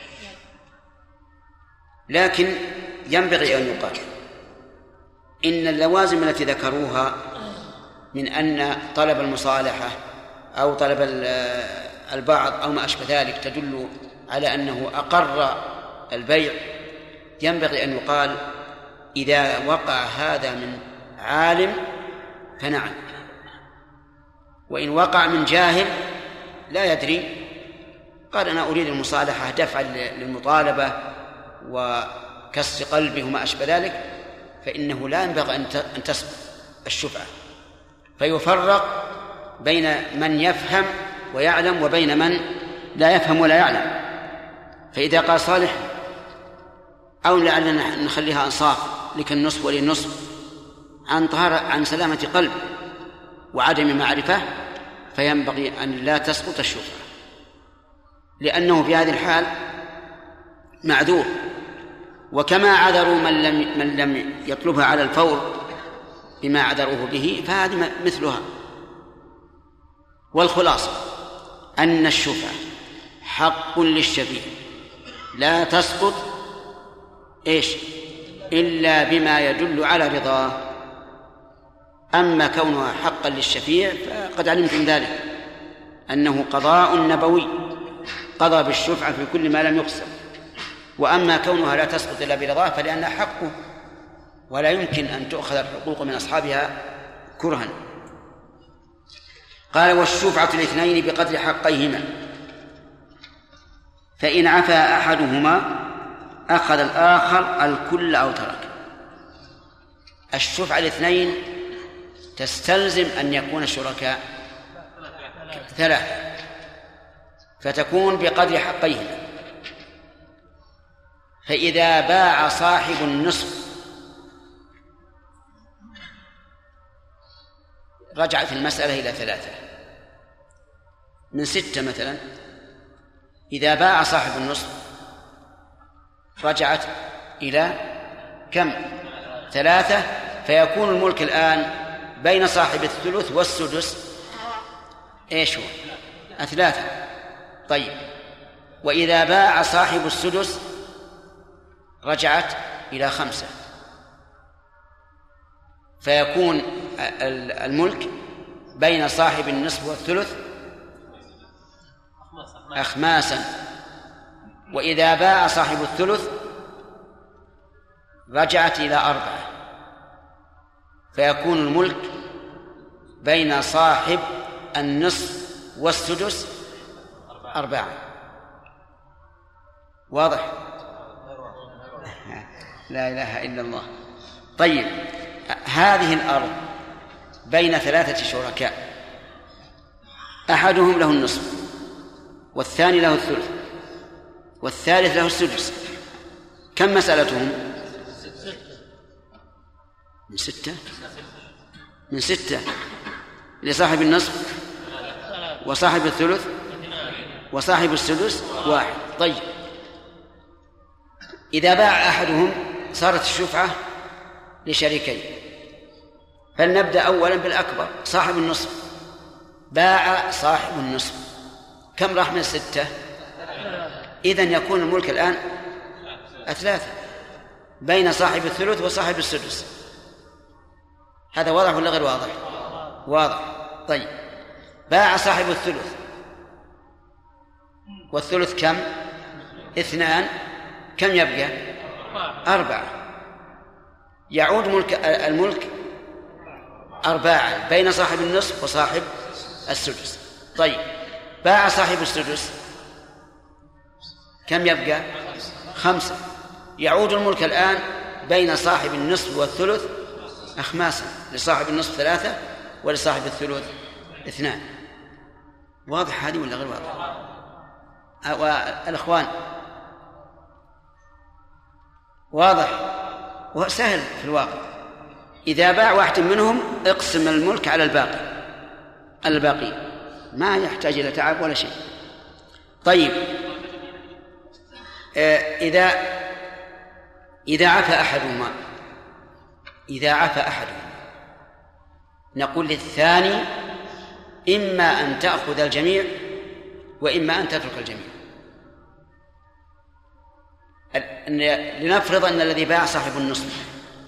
لكن ينبغي أن يقال إن اللوازم التي ذكروها من أن طلب المصالحة أو طلب البعض أو ما أشبه ذلك تدل على أنه أقر البيع، ينبغي أن يقال إذا وقع هذا من عالم فنعم، وإن وقع من جاهل لا يدري قال أنا أريد المصالحة دفعا للمطالبة وكسر قلبه وما أشبه ذلك، فإنه لا ينبغي أن تسقط الشفعة، فيفرق بين من يفهم ويعلم وبين من لا يفهم ولا يعلم. فإذا قال صالح أو لعلنا نخليها أنصاف لك النصف ولي النصف عن طهارة عن سلامة قلب وعدم معرفة، فينبغي أن لا تسقط الشفعة، لأنه في هذه الحال معذور. وكما عذروا من لم, من لم يطلبها على الفور بما عذروه به، فهذه مثلها. والخلاصة أن الشفعة حق للشفيع لا تسقط إيش إلا بما يدل على رضاه. أما كونها حقا للشفيع فقد علمتم ذلك، أنه قضاء نبوي قضى بالشفعة في كل ما لم يقسم. وأما كونها لا تسقط إلا برضاه فلأنها حقه، ولا يمكن أن تؤخذ الحقوق من أصحابها كرها. قال والشفعة الاثنين بقدر حقيهما، فإن عفا أحدهما أخذ الآخر الكل أو ترك. الشفعة الاثنين تستلزم أن يكون الشركاء ثلاثة، فتكون بقدر حقيهما. فإذا باع صاحب النصف رجعت المسألة إلى ثلاثة من ستة مثلا. إذا باع صاحب النصف رجعت إلى كم؟ ثلاثة. فيكون الملك الآن بين صاحب الثلث والسدس إيش هو؟ ثلاثة. طيب، وإذا باع صاحب السدس رجعت إلى خمسة، فيكون الملك بين صاحب النصف والثلث أخماسا. وإذا باع صاحب الثلث رجعت إلى أربعة، فيكون الملك بين صاحب النصف والسدس أربعة. واضح؟ لا إله إلا الله. طيب، هذه الأرض بين ثلاثة شركاء، أحدهم له النصف والثاني له الثلث والثالث له السدس. كم مسألتهم؟ من ستة من ستة لصاحب النصف وصاحب الثلث وصاحب السدس واحد. طيب، إذا باع أحدهم صارت الشفعة لشريكين. فلنبدأ أولا بالأكبر، صاحب النصف. باع صاحب النصف، كم راح من ستة؟ إذن يكون الملك الآن ثلاثة بين صاحب الثلث وصاحب السدس. هذا واضح ولا غير واضح؟ واضح. طيب، باع صاحب الثلث، والثلث كم؟ اثنان، كم يبقى؟ أربعة. يعود ملك الملك أرباعا بين صاحب النصف وصاحب السدس. طيب، باع صاحب السدس، كم يبقى؟ خمسة. يعود الملك الآن بين صاحب النصف والثلث أخماسا، لصاحب النصف ثلاثة ولصاحب الثلث اثنان. واضح هذه ولا غير واضح؟ والأخوان واضح وسهل في الواقع. إذا باع واحد منهم اقسم الملك على الباقي الباقي ما يحتاج إلى تعب ولا شيء. طيب، إذا إذا عفى أحدهما إذا عفى أحدهما نقول للثاني إما أن تأخذ الجميع وإما أن تترك الجميع. لنفرض أن الذي باع صاحب النصف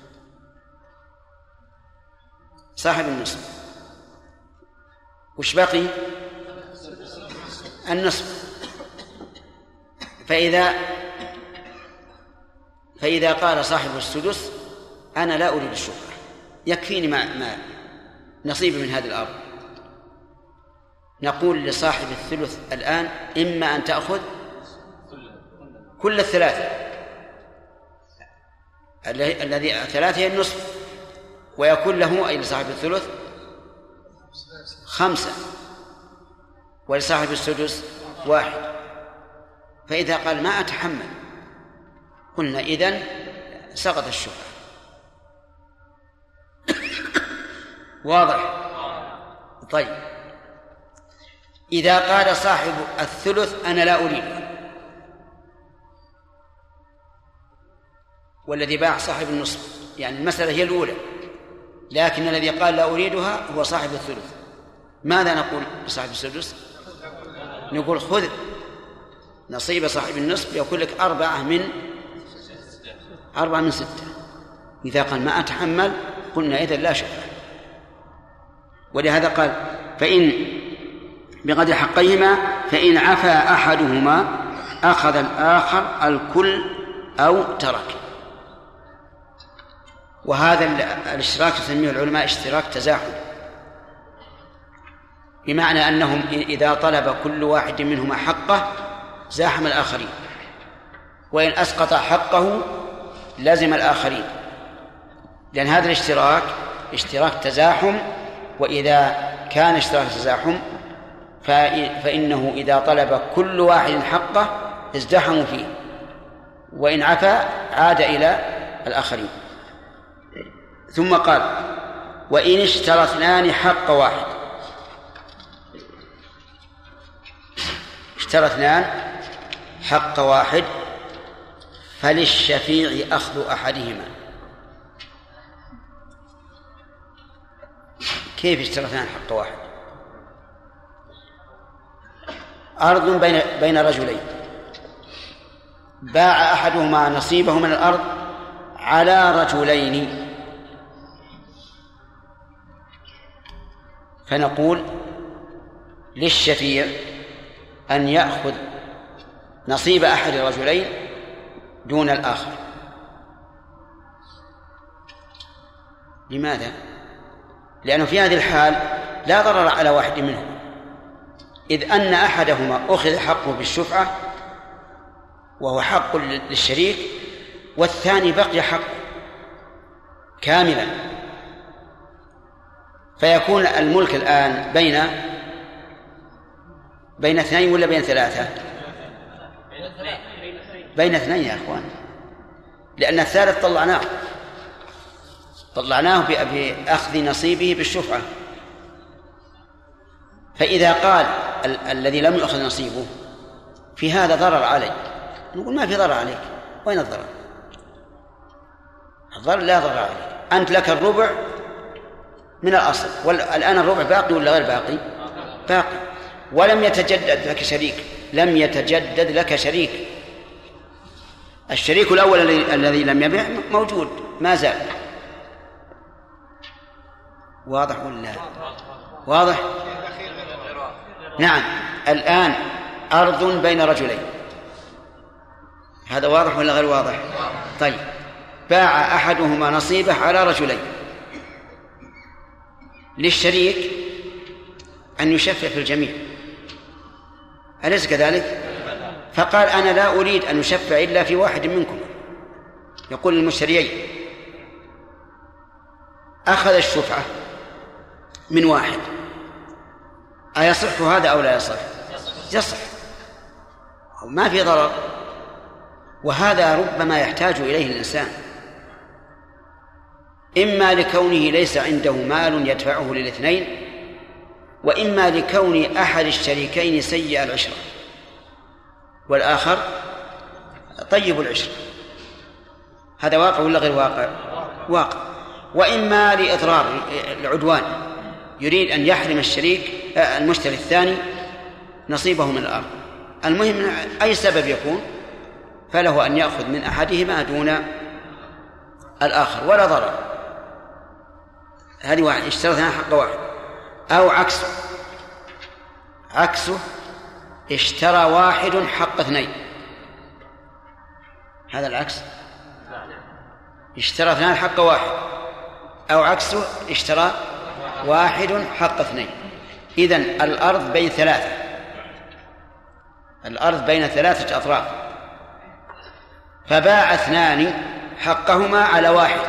صاحب النصف وش بقي؟ النصف. فإذا فإذا قال صاحب السدس أنا لا أريد الشفعة، يكفيني ما, ما نصيبي من هذه الأرض، نقول لصاحب الثلث الآن إما أن تأخذ كل الثلاثة، الذي ثلاثة هي النصف، ويكون له أي لصاحب الثلث خمسة، ولصاحب السدس واحد. فإذا قال ما أتحمل قلنا إذن سقط الشفعة. واضح؟ طيب، إذا قال صاحب الثلث أنا لا أريد، والذي باع صاحب النصف، يعني المسألة هي الأولى، لكن الذي قال لا أريدها هو صاحب الثلث، ماذا نقول لصاحب السدس؟ نقول خذ نصيب صاحب النصف، يقول لك أربعة من أربعة من ستة. إذا قال ما أتحمل قلنا إذن لا شفعة. ولهذا قال فإن بقدر حقيهما فإن عفا أحدهما أخذ الآخر الكل أو ترك. وهذا الاشتراك يسميه العلماء اشتراك تزاحم، بمعنى أنهم إذا طلب كل واحد منهما حقه زاحم الآخرين، وإن أسقط حقه لازم الآخرين، لأن هذا الاشتراك اشتراك تزاحم. وإذا كان اشتراك تزاحم فإنه إذا طلب كل واحد حقه ازدحموا فيه، وإن عفا عاد إلى الآخرين. ثم قال وإن اشترى اثنان حق واحد، اشترى اثنان حق واحد فللشفيع أخذ أحدهما. كيف اشترى اثنان حق واحد؟ أرض بين بين رجلين، باع أحدهما نصيبه من الأرض على رجلين، فنقول للشفيع أن يأخذ نصيب أحد الرجلين دون الآخر. لماذا؟ لأنه في هذه الحال لا ضرر على واحد منهم، إذ أن أحدهما أخذ حقه بالشفعة وهو حق للشريك، والثاني بقي حقه كاملا، فيكون الملك الآن بين بين اثنين ولا بين ثلاثة؟ بين اثنين يا أخوان، لأن الثالث طلعناه طلعناه بأخذ نصيبه بالشفعة. فإذا قال ال- الذي لم يأخذ نصيبه في هذا ضرر علي، نقول ما في ضرر عليك. وين الضرر؟ الضرر لا ضرر عليك، أنت لك الربع من الأصل، والآن الربع باقي ولا غير باقي؟ باقي، ولم يتجدد لك شريك، لم يتجدد لك شريك. الشريك الأول الذي لم يبيع موجود ما زال. واضح ولا واضح؟ نعم. الآن أرض بين رجلين، هذا واضح ولا غير واضح؟ طيب، باع أحدهما نصيبه على رجلين، للشريك أن يشفع في الجميع، أليس كذلك؟ فقال أنا لا أريد أن يشفع إلا في واحد منكم. يقول للمشتريين أخذ الشفعة من واحد، أيصح هذا أو لا يصح؟ يصح، ما في ضرر. وهذا ربما يحتاج إليه الإنسان، إما لكونه ليس عنده مال يدفعه للاثنين، وإما لكون أحد الشريكين سيء العشرة والآخر طيب العشرة. هذا واقع ولا غير واقع؟ واقع. وإما لإضرار العدوان، يريد أن يحرم الشريك المشتري الثاني نصيبه من الأرض. المهم أي سبب يكون فله أن يأخذ من أحدهما دون الآخر ولا ضرر. هذه واحد اشترى حق واحد. أو عكسه، عكسه اشترى واحد حق اثنين، هذا العكس اشترى اثنان حق واحد، أو عكسه اشترى واحد حق اثنين. إذن الأرض بين ثلاثة، الأرض بين ثلاثة أطراف، فباع اثنان حقهما على واحد،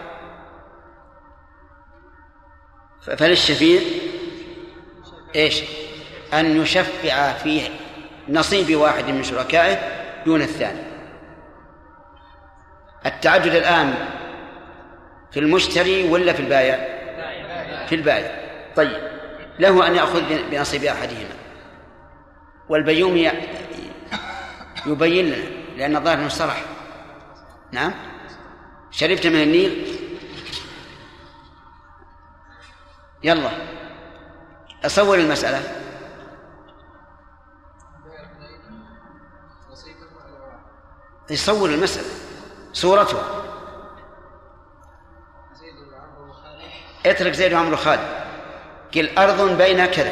فللشفيع إيش؟ أن يشفع في نصيب واحد من شركائه دون الثاني. التعدد الآن في المشتري ولا في البائع؟ في البائع. طيب، له أن يأخذ بنصيب أحدهما، والبيوم يبين لنا لأن الظاهر أنه صرح. نعم، شربت من النيل. يلا أصور المسألة. يصور المسألة صورتها. اترك زيد وعمرو خالد. قل أرض بين كذا.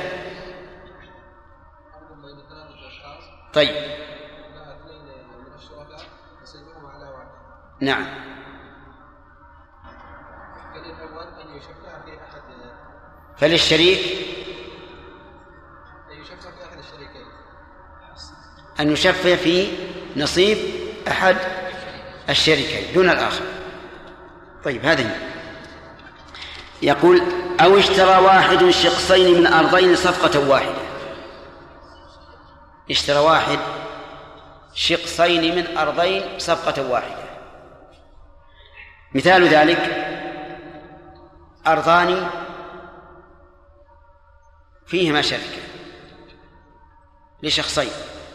طيب، نعم. فللشريك أن يشفع في نصيب أحد الشريكين دون الآخر. طيب، هذه يقول: أو اشترى واحد شقصين من أرضين صفقة واحدة. اشترى واحد شقصين من أرضين صفقة واحدة. مثال ذلك: أرضان فيهما شركة لشخصين،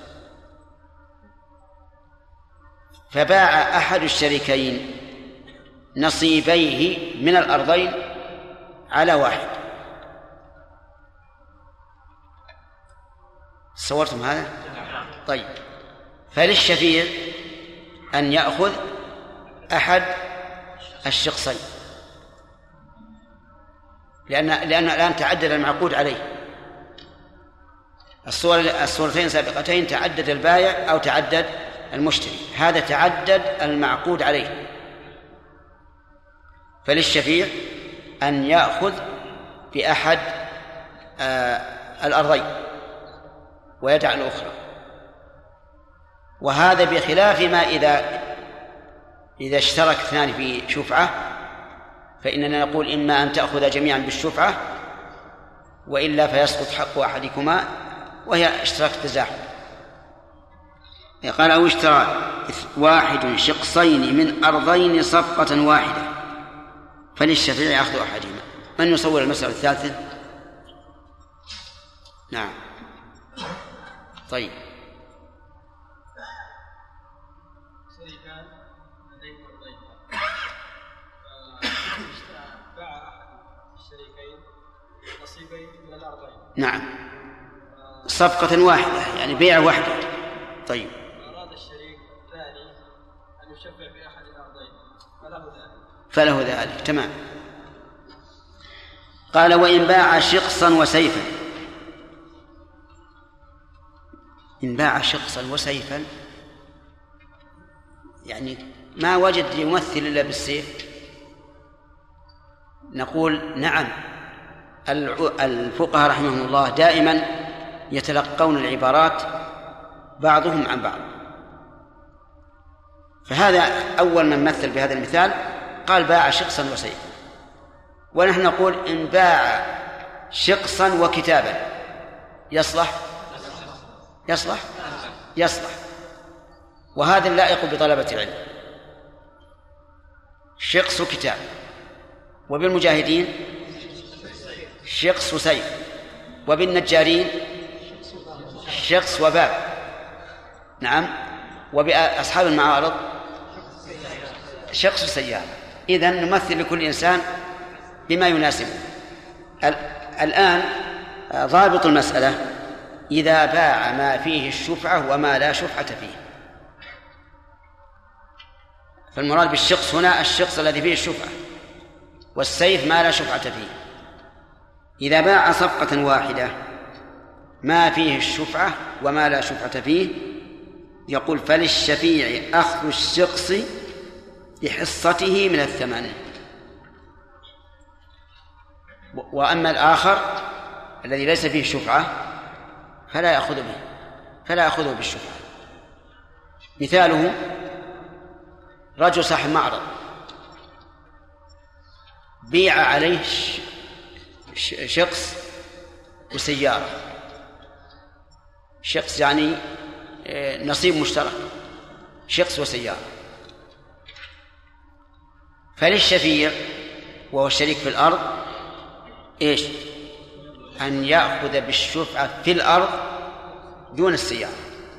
فباع أحد الشريكين نصيبيه من الأرضين على واحد. صورتم هذا؟ طيب، فللشفيع أن يأخذ أحد الشخصين، لأن لأن الآن تعدد المعقود عليه. الصور الصورتين السابقتين تعدد البائع أو تعدد المشتري، هذا تعدد المعقود عليه. فللشفيع أن يأخذ بأحد آه الأرضين ويدع الأخرى. وهذا بخلاف ما إذا إذا اشترك اثنان في شفعة، فإننا نقول: إما أن تأخذ جميعا بالشفعة، وإلا فيسقط حق أحدكما، وهي اشتراك تزاحم. قال: أو اشترى واحد شقصين من أرضين صفقة واحدة، فللشفيع يأخذ أحدهما. من يصور المسألة الثالثة؟ نعم. طيب، شريكان لديهم أرضين، باع أحد الشريكين نصيبين من الأرضين. نعم، صفقة واحدة يعني بيع واحدة. طيب، أراد الشريك الثاني أن يشفع في أحد الأرضين فله ذلك فله ذلك. تمام. قال: وإن باع شقصا وسيفا. إن باع شقصا وسيفا يعني ما وجد يمثل إلا بالسيف، نقول: نعم، الفقهاء رحمهم الله دائما يتلقون العبارات بعضهم عن بعض. فهذا أول من مثل بهذا المثال قال: باع شقصا وسيفا. ونحن نقول: إن باع شقصا وكتابا يصلح يصلح يصلح وهذا اللائق بطلبة العلم. شقص وكتاب. وبالمجاهدين شقص وسيف. وبالنجارين شقص وباب. نعم. وبأصحاب المعارض شقص وسيارة. إذن نمثل لكل إنسان بما يناسبه. الآن ضابط المسألة: إذا باع ما فيه الشفعة وما لا شفعة فيه. فالمراد بالشقص هنا الشقص الذي فيه الشفعة، والسيف ما لا شفعة فيه. إذا باع صفقة واحدة ما فيه الشفعة وما لا شفعة فيه، يقول: فللشفيع أخذ الشقص بحصته من الثمن. وأما الآخر الذي ليس فيه شفعة فلا يأخذ به فلا يأخذه بالشفعة. مثاله رجل صاحب معرض بيع عليه شخص وسيارة، شخص يعني نصيب مشترك، شخص وسيارة، فللشفيع وهو الشريك في الأرض إيش؟ أن يأخذ بالشفعة في الأرض دون السيارة.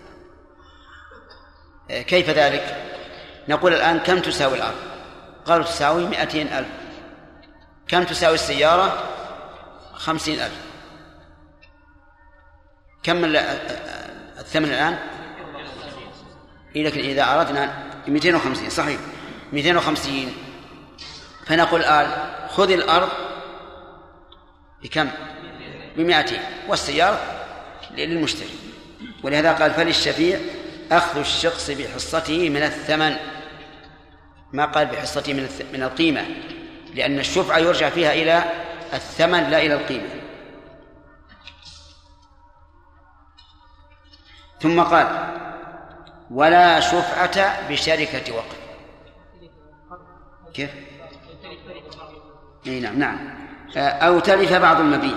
كيف ذلك؟ نقول الآن كم تساوي الأرض؟ قالوا تساوي مئتين ألف. كم تساوي السيارة؟ خمسين ألف. كم الثمن الآن؟ لكن إذا أردنا مئتين وخمسين، صحيح مئتين وخمسين، فنقول الآن خذ الأرض بكم؟ بمئتين، والسيارة للمشتري. ولهذا قال فللشفيع أخذ الشخص بحصته من الثمن، ما قال بحصته من من القيمة، لأن الشفعة يرجع فيها إلى الثمن لا إلى القيمة. ثم قال ولا شفعة بشركة وقف. كيف؟ نعم نعم أو تلف بعض المبيع،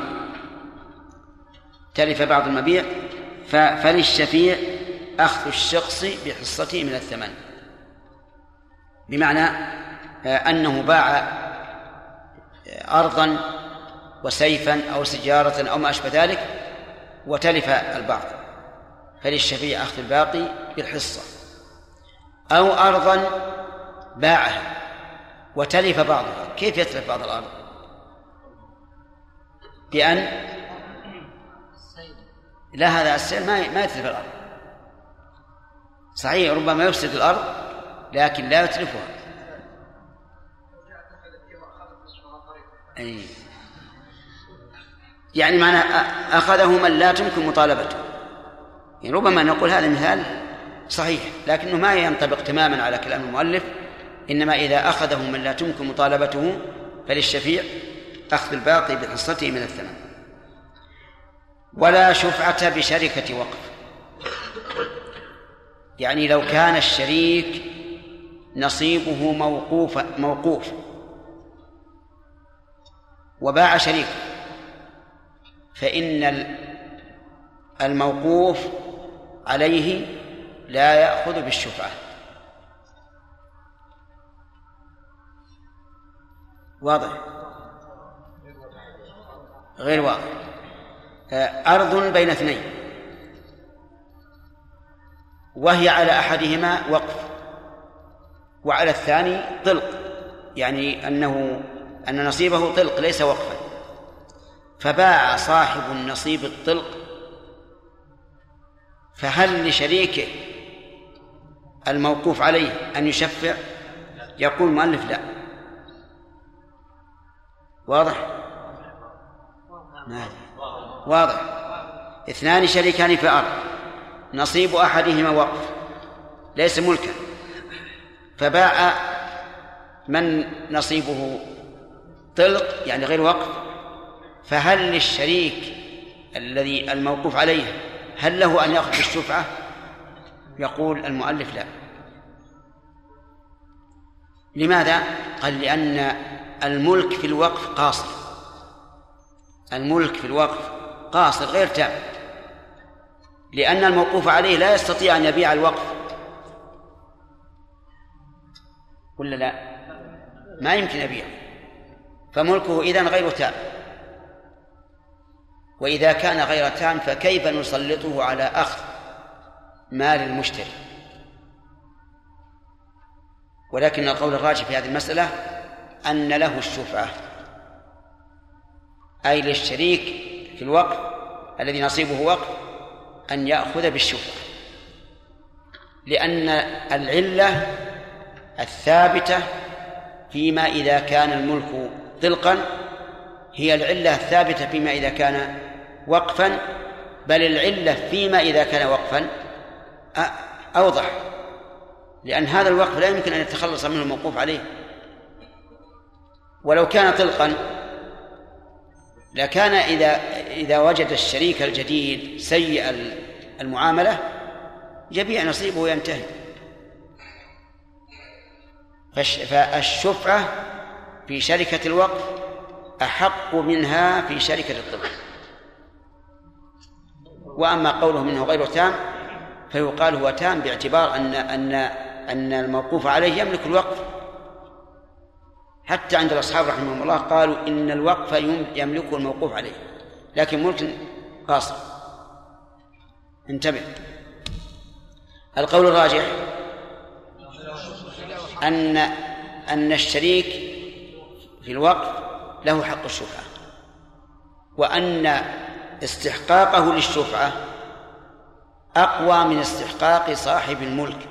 تلف بعض المبيع فللشفيع أخذ الشخص بحصته من الثمن، بمعنى أنه باع أرضا وسيفا أو سجارة أو ما أشبه ذلك وتلف البعض، فللشفيع أخذ الباقي بالحصة. أو أرضا باعها وتلف بعضها. كيف يتلف بعض الأرض؟ بأن لا، هذا السيل ما ما يتلف الأرض، صحيح ربما يفسد الأرض لكن لا يتلفها. أي. يعني معنى أخذه من لا تمكن مطالبته، يعني ربما نقول هذا مثال صحيح لكنه ما ينطبق تماما على كلام المؤلف، إنما إذا أخذه من لا تمكن مطالبته فللشفيع أخذ الباقي بحصته من الثمن. ولا شفعة بشركة وقف، يعني لو كان الشريك نصيبه موقوف موقوف وباع شريك، فإن الموقوف عليه لا يأخذ بالشفعة. واضح؟ غير واضح. أرض بين اثنين وهي على أحدهما وقف وعلى الثاني طلق، يعني أنه أن نصيبه طلق ليس وقفا، فباع صاحب النصيب الطلق، فهل لشريكه الموقوف عليه أن يشفع؟ يقول المؤلف لا. واضح؟ واضح. اثنان شريكان في أرض، نصيب أحدهما وقف ليس ملكا، فباع من نصيبه طلق يعني غير وقف، فهل للشريك الذي الموقوف عليه هل له أن يأخذ بالشفعة؟ يقول المؤلف لا. لماذا؟ قال لأن الملك في الوقف قاصر، الملك في الوقف قاصر غير تام، لأن الموقوف عليه لا يستطيع أن يبيع الوقف، ولا لا؟ ما يمكن يبيع، فملكه إذن غير تام. وإذا كان غير تام فكيف نسلطه على أخذ مال المشتري؟ ولكن القول الراجح في هذه المسألة أن له الشفعة، أي للشريك في الوقف الذي نصيبه وقف أن يأخذ بالشفعة، لأن العلة الثابتة فيما إذا كان الملك طلقا هي العلة الثابتة فيما إذا كان وقفا، بل العلة فيما إذا كان وقفا أوضح، لأن هذا الوقف لا يمكن أن يتخلص منه الموقوف عليه. ولو كان طلقا لكان إذا إذا وجد الشريك الجديد سيء المعاملة يبيع نصيبه وينتهي. فالشفعة في شركة الوقف أحق منها في شركة الطلق. وأما قوله منه غير تام فيقال هو تام باعتبار أن أن أن الموقوف عليه يملك الوقف. حتى عند الأصحاب رحمهم الله قالوا إن الوقف يملكه الموقوف عليه لكن ملك قاصر. انتبه. القول الراجح أن أن الشريك في الوقف له حق الشفعة، وأن استحقاقه للشفعة أقوى من استحقاق صاحب الملك،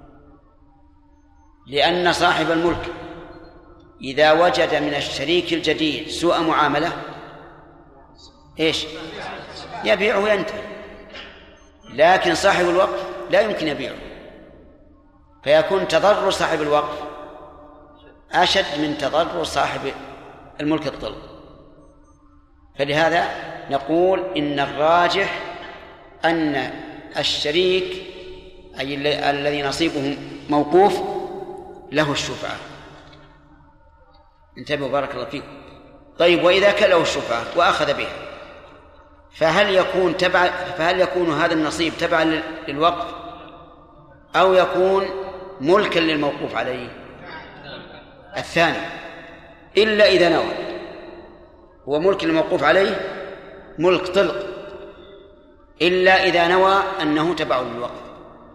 لأن صاحب الملك إذا وجد من الشريك الجديد سوء معاملة إيش؟ يبيعه وينتهي. لكن صاحب الوقف لا يمكن يبيعه، فيكون تضرر صاحب الوقف أشد من تضرر صاحب الملك الطلق. فلهذا نقول إن الراجح أن الشريك أي الذي نصيبه موقوف له الشفعة. انتبهوا بارك الله فيكم. طيب وإذا كان له الشفعة وأخذ بها فهل يكون تبع فهل يكون هذا النصيب تبعا للوقف أو يكون ملكا للموقوف عليه؟ الثاني، إلا إذا نوى. هو ملك الموقوف عليه ملك طلق إلا إذا نوى أنه تبع للوقف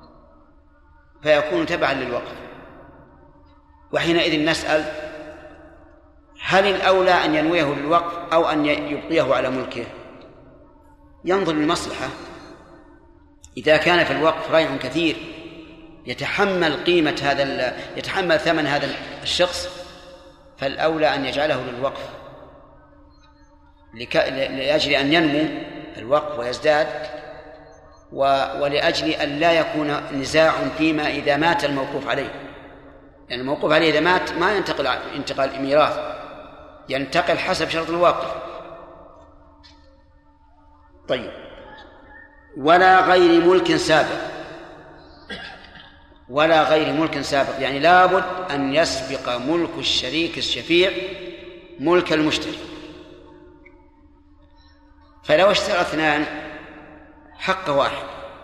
فيكون تبعا للوقف. وحينئذ نسأل هل الأولى أن ينويه للوقف أو أن يبقيه على ملكه؟ ينظر للمصلحة. إذا كان في الوقف ريع كثير يتحمل قيمة هذا يتحمل ثمن هذا الشخص فالأولى أن يجعله للوقف لأجل أن ينمو الوقف ويزداد، ولأجل أن لا يكون نزاع فيما إذا مات الموقوف عليه، لأن يعني الموقوف عليه إذا مات ما ينتقل انتقال ميراث، ينتقل حسب شرط الواقف. طيب ولا غير ملك سابق، ولا غير ملك سابق يعني لابد أن يسبق ملك الشريك الشفيع ملك المشتري. فلو اشترى اثنان حق واحد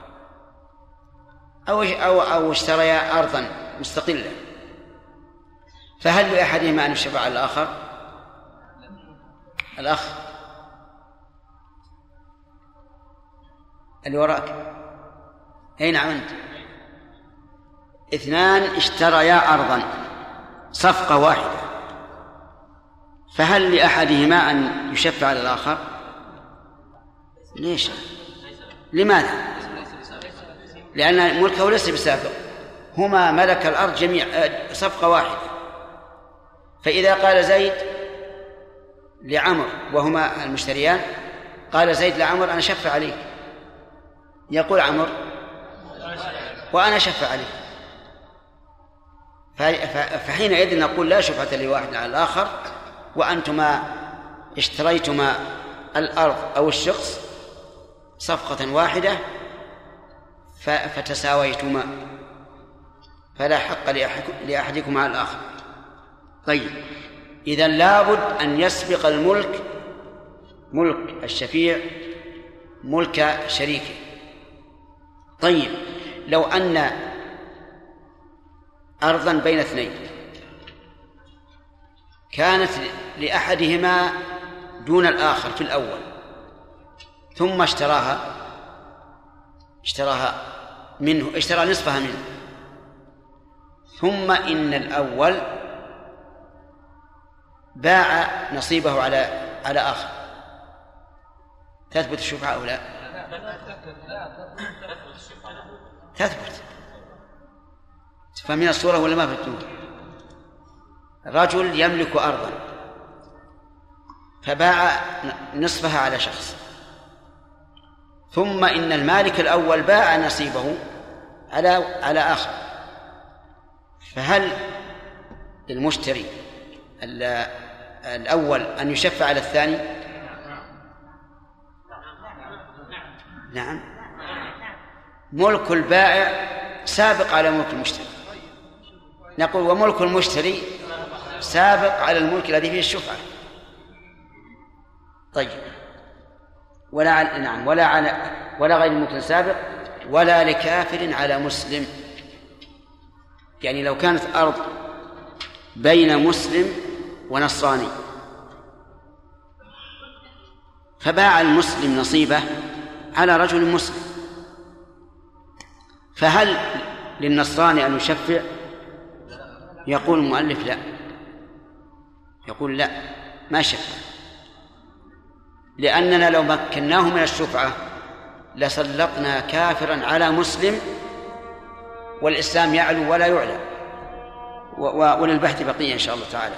أو أو أو اشتريا أرضا مستقلة فهل لأحدهما أن يشفع على الآخر؟ الأخ اللي وراك أين أنت؟ اثنان اشتريا أرضا صفقة واحدة فهل لأحدهما أن يشفع على الآخر؟ ليش؟ لماذا؟ لأن ملكه ليس بسابق، هما ملك الأرض جميع صفقة واحدة. فإذا قال زيد لعمر وهما المشتريان، قال زيد لعمر أنا شفع عليك، يقول عمر وأنا شفع عليك، فحينئذ نقول لا شفعة لواحد على الآخر، وأنتما اشتريتما الأرض أو الشخص صفقة واحدة فتساويتما فلا حق لأحدكم على الآخر. طيب إذن لابد أن يسبق الملك ملك الشفيع ملك شريكه. طيب لو أن أرضا بين اثنين كانت لأحدهما دون الآخر في الأول ثم اشتراها اشتراها منه اشترى نصفها منه، ثم إن الأول باع نصيبه على على آخر، تثبت الشفعة أو لا؟ تثبت. فمن الصورة ولا ما فتنوه؟ رجل يملك أرضا فباع نصفها على شخص، ثم إن المالك الأول باع نصيبه على على آخر، فهل المشتري الأول أن يشفع على الثاني؟ نعم، ملك البائع سابق على ملك المشتري. نقول وملك المشتري سابق على الملك الذي فيه الشفعة. طيب، ولا على نعم ولا على ولا غير الملك السابق ولا لكافر على مسلم. يعني لو كانت أرض بين مسلم ونصراني فباع المسلم نصيبه على رجل مسلم، فهل للنصراني أن يشفع؟ يقول المؤلف لا، يقول لا، ما شفع، لأننا لو مكناه من الشفعة لسلطنا كافرا على مسلم، والإسلام يعلو ولا يعلى. وللبحث بقية إن شاء الله تعالى.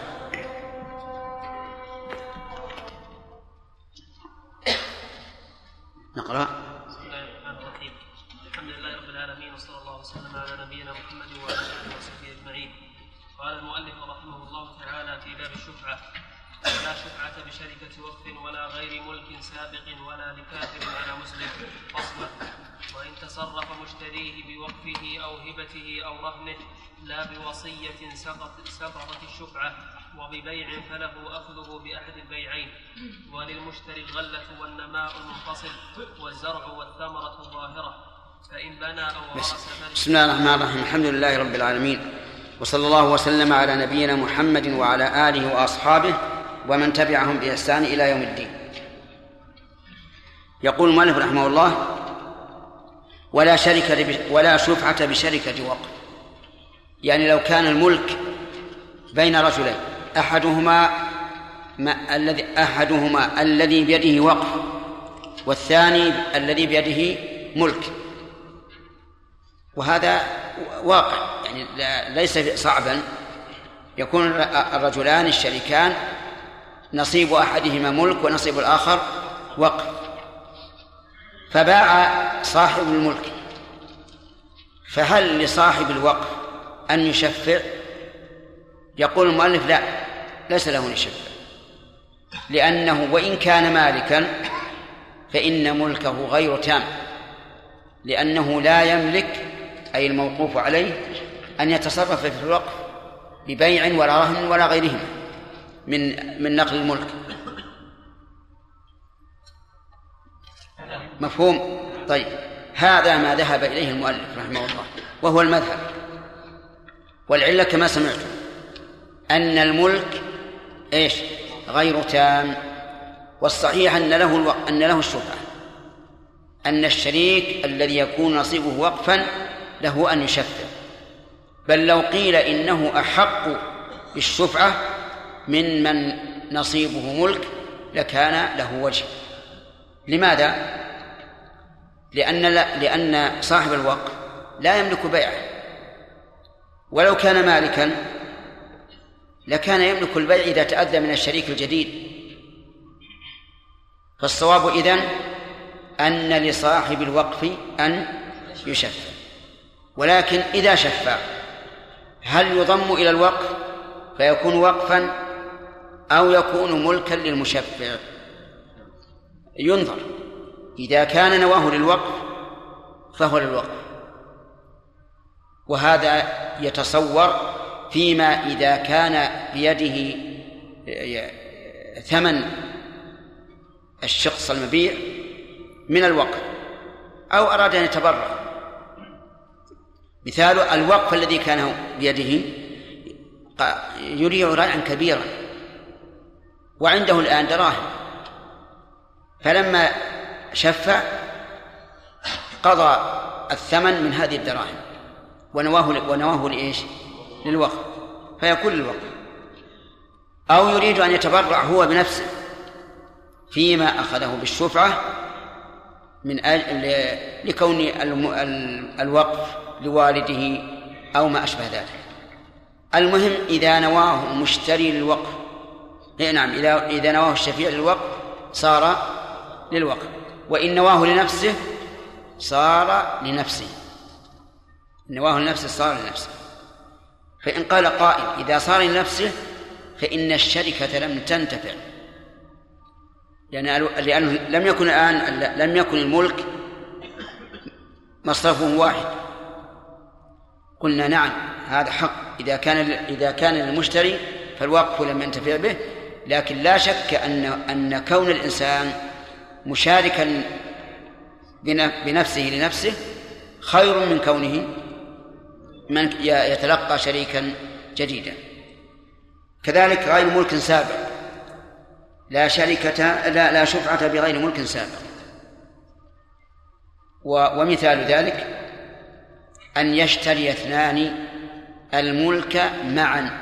نقرأ. بسم الله الرحمن الرحيم. الحمد لله رب العالمين، وصلى الله وسلم على نبينا محمد وعلى آله وصحبه أجمعين. قال المؤلف رحمه الله تعالى في باب الشفعة: لا شفعة بشركة وقف ولا غير ملك سابق ولا لكافر على مسلم. فصل: وإن تصرف مشتريه بوقفه أو هبته أو رهنه لا بوصية سقطت الشفعة، وببيع فله أخذه بأحد البيعين، وللمشتري الغلة والنماء المنفصل والزرع والثمرة الظاهرة، فإن بنى أو ورث. بسم الله الرحمن الرحيم. الحمد لله رب العالمين، وصلى الله وسلم على نبينا محمد وعلى آله وأصحابه ومن تبعهم بإحسان إلى يوم الدين. يقول المؤلف رحمه الله: ولا شركة ولا شفعة بشركة وقف. يعني لو كان الملك بين رجلين، أحدهما ما الذي أحدهما الذي بيده وقف والثاني الذي بيده ملك، وهذا واقع، يعني ليس صعبا، يكون الرجلان الشريكان نصيب أحدهما ملك ونصيب الآخر وقف، فباع صاحب الملك، فهل لصاحب الوقف أن يشفع؟ يقول المؤلف لا، ليس له أن يشفع، لأنه وإن كان مالكا فإن ملكه غير تام، لأنه لا يملك أي الموقوف عليه أن يتصرف في الوقف ببيع ولا رهن ولا غيرهما من من نقل الملك. مفهوم؟ طيب، هذا ما ذهب إليه المؤلف رحمه الله وهو المذهب، والعلة كما سمعتم أن الملك إيش؟ غير تام، والصحيح أن له الو... أن له الشفعة، أن الشريك الذي يكون نصيبه وقفا له أن يشفع، بل لو قيل إنه أحق بالشفعة من من نصيبه ملك لكان له وجه. لماذا؟ لأن, لا... لأن صاحب الوقف لا يملك بيعه، ولو كان مالكا لكان يملك البيع إذا تأذى من الشريك الجديد. فالصواب إذن أن لصاحب الوقف أن يشفع، ولكن إذا شفع هل يضم إلى الوقف فيكون وقفا أو يكون ملكا للمشفع؟ ينظر، إذا كان نواه للوقف فهو للوقف، وهذا يتصور فيما إذا كان بيده ثمن الشخص المبيع من الوقف أو أراد أن يتبرع. مثال الوقف الذي كان بيده يريع ريعا كبيرا وعنده الآن دراهم، فلما شفع قضى الثمن من هذه الدراهم ونواه ونواه لإيش؟ للوقف، فيكون للوقف. أو يريد أن يتبرع هو بنفسه فيما أخذه بالشفعة من أجل لكون الوقف لوالده أو ما أشبه ذلك. المهم إذا نواه مشتري للوقف، نعم، إذا نواه الشفيع للوقف صار للوقف، وإن نواه لنفسه صار لنفسه، نواه لنفسه صار لنفسه. فإن قال قائل إذا صار لنفسه فإن الشركة لم تنتفع، لأنه لم يكن الآن لم يكن الملك مصرفه واحد. قلنا نعم هذا حق إذا كان إذا كان للمشتري فالوقف لم ينتفع به، لكن لا شك أن أن كون الإنسان مشاركا بنفسه لنفسه خير من كونه من يتلقى شريكا جديدا. كذلك غير ملك سابق، لا شركة لا لا شفعة بغير ملك سابق. ومثال ذلك أن يشتري اثنان الملك معا،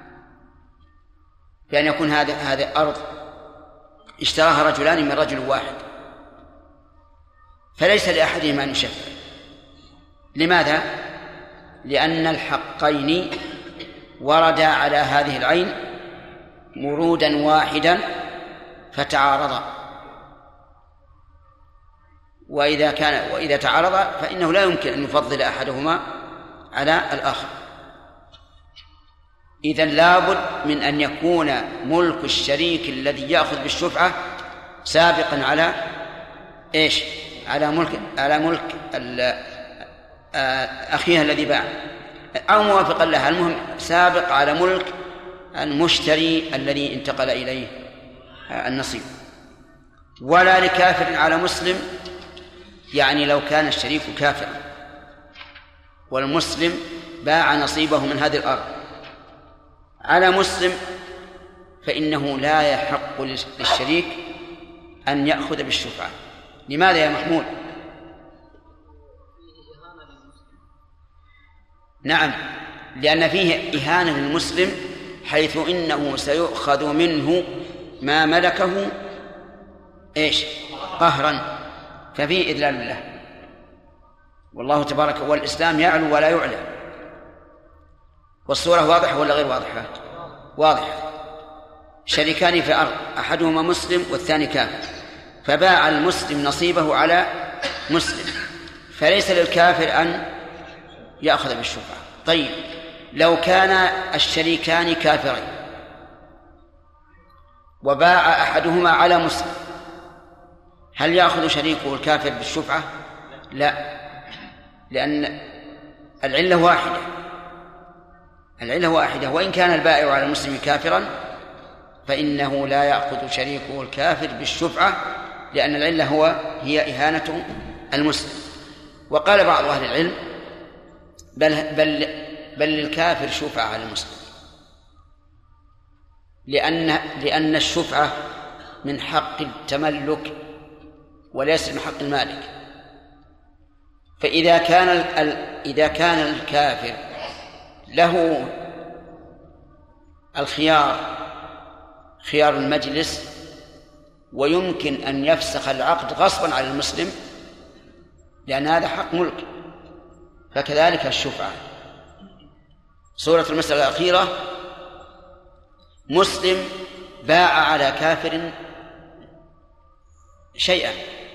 بأن يكون هذا هذا أرض اشتراها رجلان من رجل واحد، فليس لأحدهما أن يشفع. لماذا؟ لأن الحقين وردا على هذه العين ورودا واحدا فتعارضا، وإذا كان وإذا تعارض فإنه لا يمكن أن يفضل أحدهما على الآخر. إذن لابد من أن يكون ملك الشريك الذي يأخذ بالشفعة سابقا على إيش؟ على ملك على ملك أخيها الذي باع، أو موافقا لها، المهم سابق على ملك المشتري الذي انتقل إليه النصيب. ولا لكافر على مسلم، يعني لو كان الشريك كافرا والمسلم باع نصيبه من هذه الأرض على مسلم، فإنه لا يحق للشريك أن يأخذ بالشفعة. لماذا يا محمود؟ نعم، لأن فيه إهانة للمسلم، حيث إنه سيؤخذ منه ما ملكه إيش؟ قهرا، ففيه إذلال له. والله تبارك والإسلام يعلو ولا يعلى. والصورة واضحة ولا غير واضحة؟ واضحة. شريكان في أرض، أحدهما مسلم والثاني كافر، فباع المسلم نصيبه على مسلم، فليس للكافر أن يأخذ بالشفعة. طيب لو كان الشريكان كافرين وباع أحدهما على مسلم، هل يأخذ شريكه الكافر بالشفعة؟ لا، لأن العلة واحدة العلة واحدة وإن كان البائع على المسلم كافرا فإنه لا يأخذ شريكه الكافر بالشفعة، لأن العلة هو هي إهانة المسلم. وقال بعض أهل العلم بل, بل, بل للكافر شفعة على المسلم، لأن, لأن الشفعة من حق التملك وليس من حق المالك. فإذا كان إذا كان الكافر له الخيار خيار المجلس ويمكن أن يفسخ العقد غصبا على المسلم، لأن هذا حق ملك، فكذلك الشفعة. صورة المسألة الأخيرة مسلم باع على كافر شيئا،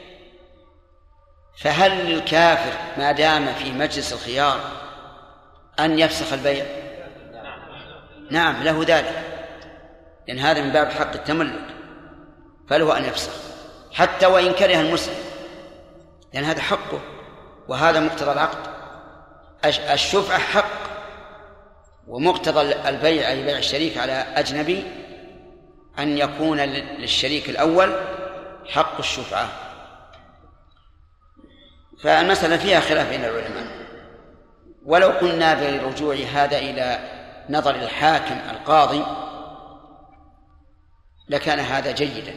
فهل للكافر ما دام في مجلس الخيار أن يفسخ البيع؟ نعم له ذلك، لأن هذا من باب حق التملك، فله أن يفسخ حتى وإن كره المسلم، لأن هذا حقه وهذا مقتضى العقد. الشفعة حق، ومقتضى البيع أي بيع الشريك على أجنبي أن يكون للشريك الأول حق الشفعة. فالمسألة فيها خلاف بين العلماء، ولو قلنا برجوع هذا إلى نظر الحاكم القاضي لكان هذا جيدا،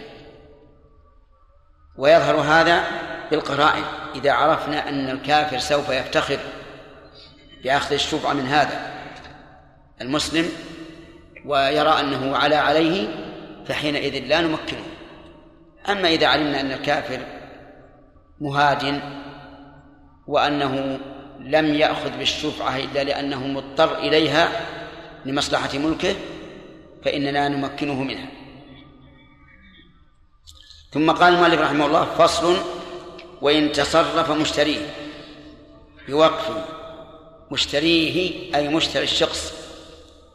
ويظهر هذا بالقرائن. إذا عرفنا أن الكافر سوف يفتخر بأخذ الشفعة من هذا المسلم ويرى أنه على عليه، فحينئذ لا نمكنه. أما إذا علمنا أن الكافر مهاد وأنه لم يأخذ بالشفعة إلا لأنه مضطر إليها لمصلحة ملكه، فإننا نمكنه منها. ثم قال المؤلف رحمه الله: فصل: وإن تصرف مشتريه بوقف، مشتريه أي مشتري الشخص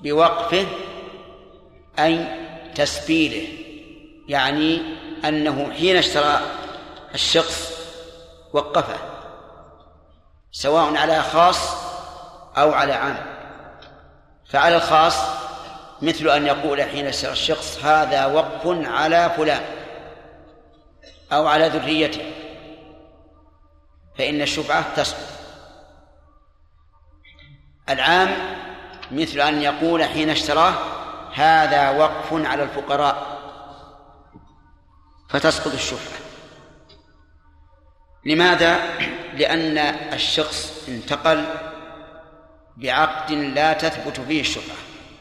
بوقفه أي تسبيله، يعني أنه حين اشترى الشخص وقفه، سواء على خاص أو على عام. فعلى الخاص مثل أن يقول حين اشترى الشخص هذا وقف على فلان أو على ذريته، فإن الشفعة تسقط. العام مثل أن يقول حين اشتراه هذا وقف على الفقراء، فتسقط الشفعة. لماذا؟ لأن الشخص انتقل بعقد لا تثبت فيه الشفعة.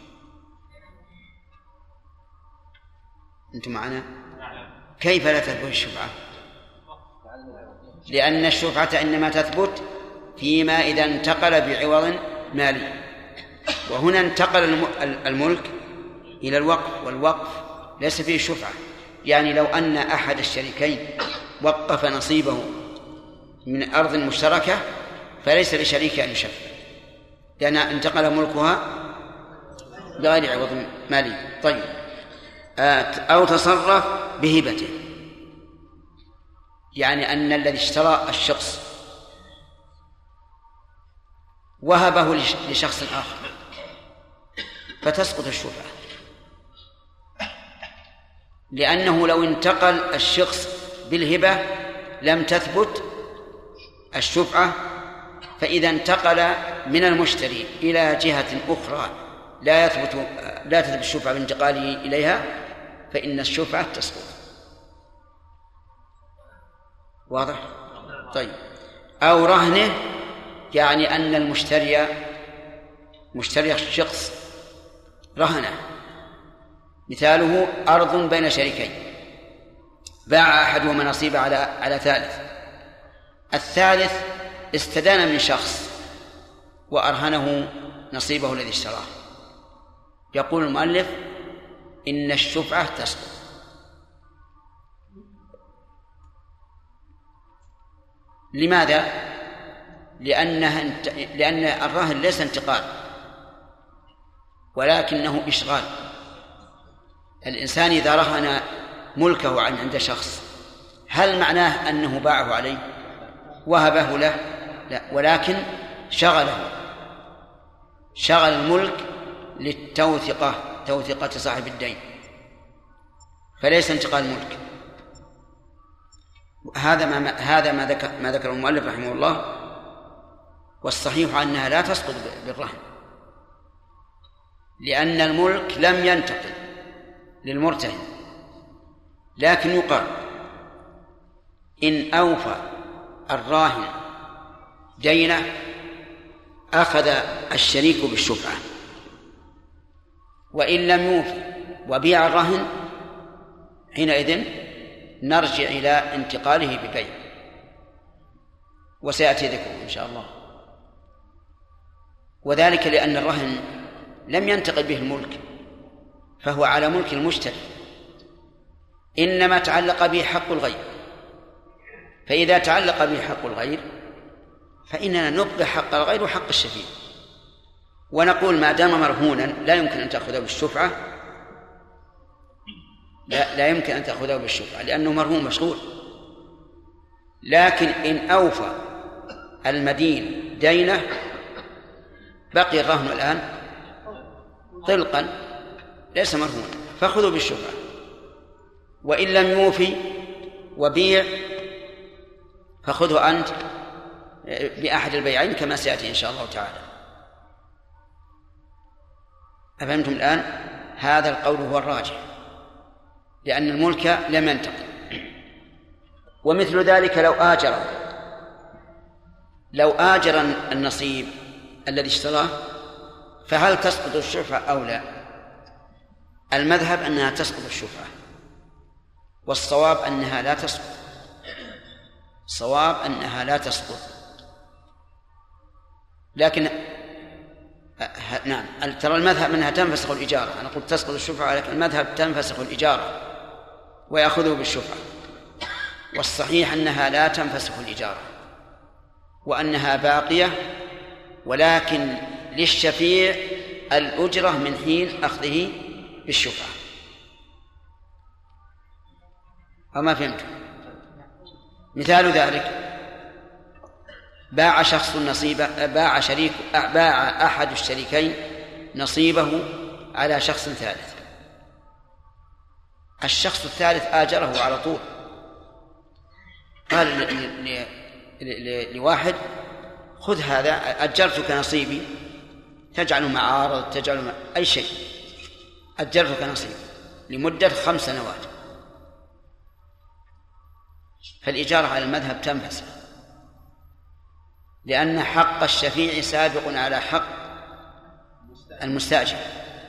أنتم معنا؟ كيف لا تثبت الشفعة؟ لأن الشفعة إنما تثبت فيما إذا انتقل بعوض مالي، وهنا انتقل الملك إلى الوقف، والوقف ليس فيه الشفعة. يعني لو أن أحد الشريكين وقف نصيبه من أرض مشتركة فليس لشريك أن يشفع، لأن انتقل ملكها بغير عوض مالي. طيب، أو تصرف بهبته، يعني أن الذي اشترى الشخص وهبه لشخص آخر فتسقط الشفعة، لأنه لو انتقل الشخص بالهبة لم تثبت الشفعة. فإذا انتقل من المشتري إلى جهة أخرى لا يثبت لا تثبت الشفعة بانتقاله إليها، فإن الشفعة تسقط. واضح؟ طيب، أو رهنه، يعني أن المشتري مشتري الشخص رهنه، مثاله أرض بين شريكين، باع أحدهما نصيبه على على ثالث، الثالث استدان من شخص وأرهنه نصيبه الذي اشتراه. يقول المؤلف إن الشفعة تسقط. لماذا؟ لأنها لأن الرهن ليس انتقال ولكنه إشغال. الإنسان إذا رهن ملكه عند شخص هل معناه أنه باعه عليه وهبه له؟ لا، ولكن شغله شغل الملك للتوثقة، توثقة صاحب الدين، فليس انتقال ملك. هذا ما هذا ما ذكر ما ذكر المؤلف رحمه الله، والصحيح أنها لا تسقط بالرهن، لأن الملك لم ينتقل للمرتهن. لكن يقال إن أوفى الراهن دينه أخذ الشريك بالشفعة، وإن لم يوفي وبيع الرهن حينئذ نرجع إلى انتقاله ببيع، وسيأتي ذكره إن شاء الله. وذلك لأن الرهن لم ينتقل به الملك، فهو على ملك المشتري، إنما تعلق به حق الغير. فإذا تعلق به حق الغير فإننا نبقي حق الغير وحق الشفيع، ونقول ما دام مرهونا لا يمكن أن تأخذه بالشفعة، لا, لا يمكن أن تأخذه بالشفعة لأنه مرهون مشغول. لكن إن أوفى المدين دينه بقي الرهن الآن طلقا ليس مرهونا، فخذوا بالشفعة. وإن لم يوفي وبيع فخذه أنت بأحد البيعين كما سيأتي إن شاء الله تعالى. أفهمتم الآن؟ هذا القول هو الراجح، لأن الملك لم ينتقل. ومثل ذلك لو آجر لو آجر النصيب الذي اشتراه فهل تسقط الشفعة أو لا؟ المذهب أنها تسقط الشفعة، والصواب أنها لا تسقط. الصواب أنها لا تسقط، لكن نعم ترى المذهب أنها تنفسخ الإجارة. أنا قلت تسقط الشفعة، لكن المذهب تنفسخ الإجارة ويأخذه بالشفعة، والصحيح أنها لا تنفسخ الإجارة وأنها باقية، ولكن للشفيع الأجرة من حين أخذه بالشفعة. أما فهمت؟ مثال ذلك باع شخص نصيبه، باع شريك باع أحد الشريكين نصيبه على شخص ثالث. الشخص الثالث آجره على طول، قال لواحد خذ هذا أجرتك نصيبي، تجعله معارض تجعله مع أي شيء، أجرتك نصيبي لمدة خمس سنوات. فالإجارة على المذهب تنفسخ، لأن حق الشفيع سابق على حق المستأجر.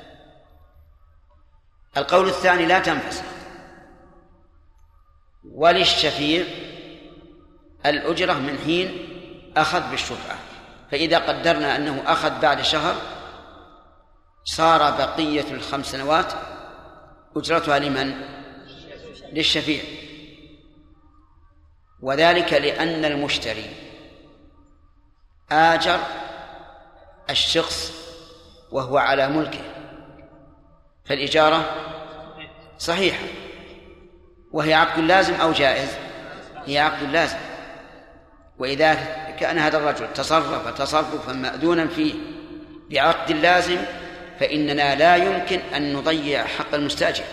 القول الثاني لا تنفسخ، وللشفيع الأجرة من حين أخذ بالشفعة. فإذا قدرنا أنه أخذ بعد شهر صار بقية الخمس سنوات أجرتها لمن؟ للشفيع. وذلك لأن المشتري آجر الشخص وهو على ملكه، فالإجارة صحيحة. وهي عقد لازم أو جائز؟ هي عقد لازم. وإذا كان هذا الرجل تصرف تصرفا مأذونا فيه بعقد لازم فإننا لا يمكن أن نضيع حق المستأجر،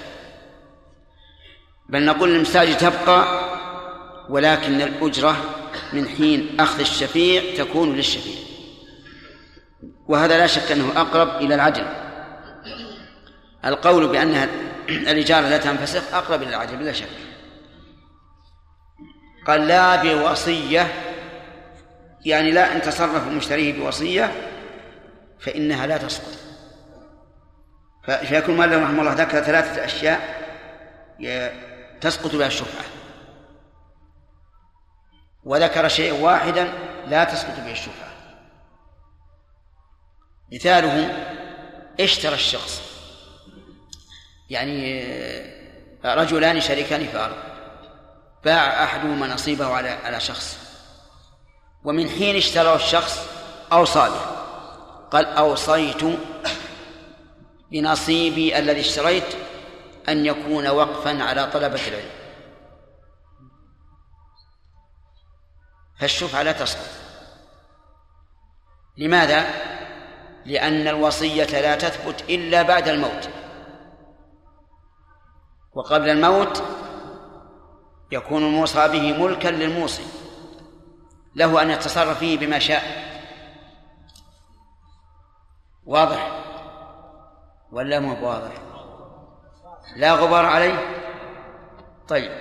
بل نقول للمستأجر تبقى، ولكن الأجرة من حين أخذ الشفيع تكون للشفيع. وهذا لا شك أنه أقرب إلى العدل. القول بأنها الإجارة لا تنفسخ أقرب إلى العدل بلا شك. قال لا بوصية، يعني لا إن تصرف المشتري بوصية فإنها لا تسقط. فيكون مالك رحمه الله ذكر ثلاثة أشياء تسقط بها الشفعة، وذكر شيء واحدا لا تسقط به الشفعة. مثاله اشترى الشخص، يعني رجلان شريكان في أرض، باع أحدهما نصيبه على على شخص، ومن حين اشتراه الشخص أوصى به، قال أوصيت بنصيبي الذي اشتريت أن يكون وقفا على طلبة العلم، فالشفعة لا تسقط. لماذا؟ لأن الوصية لا تثبت إلا بعد الموت، وقبل الموت يكون الموصى به ملكا للموصي، له أن يتصرف فيه بما شاء. واضح ولا مو واضح؟ لا غبار عليه. طيب،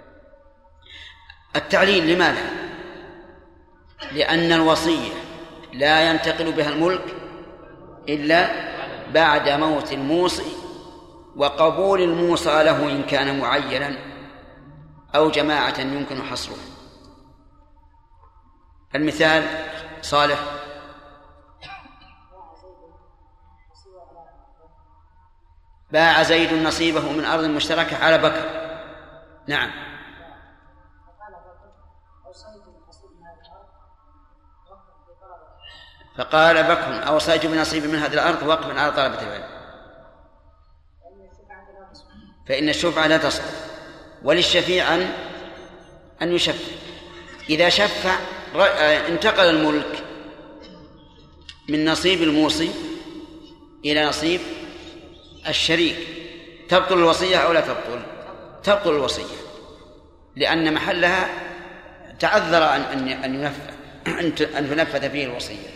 التعليل لماذا؟ لأن الوصية لا ينتقل بها الملك إلا بعد موت الموصي وقبول الموصى له إن كان معينا أو جماعة يمكن حصره. المثال صالح. باع زيد نصيبه من أرض مشتركة على بكر. نعم. فقال بكر أوصيت بنصيبي من هذه الأرض وقفا على طلبة العلم، فإن الشفعة لا تصح. وللشفيع أن أن يشفع. إذا شفع انتقل الملك من نصيب الموصي إلى نصيب الشريك، تبطل الوصية أو لا تبطل؟ تبطل الوصية، لأن محلها تعذر أن أن ينفذ أن تنفذ فيه الوصية.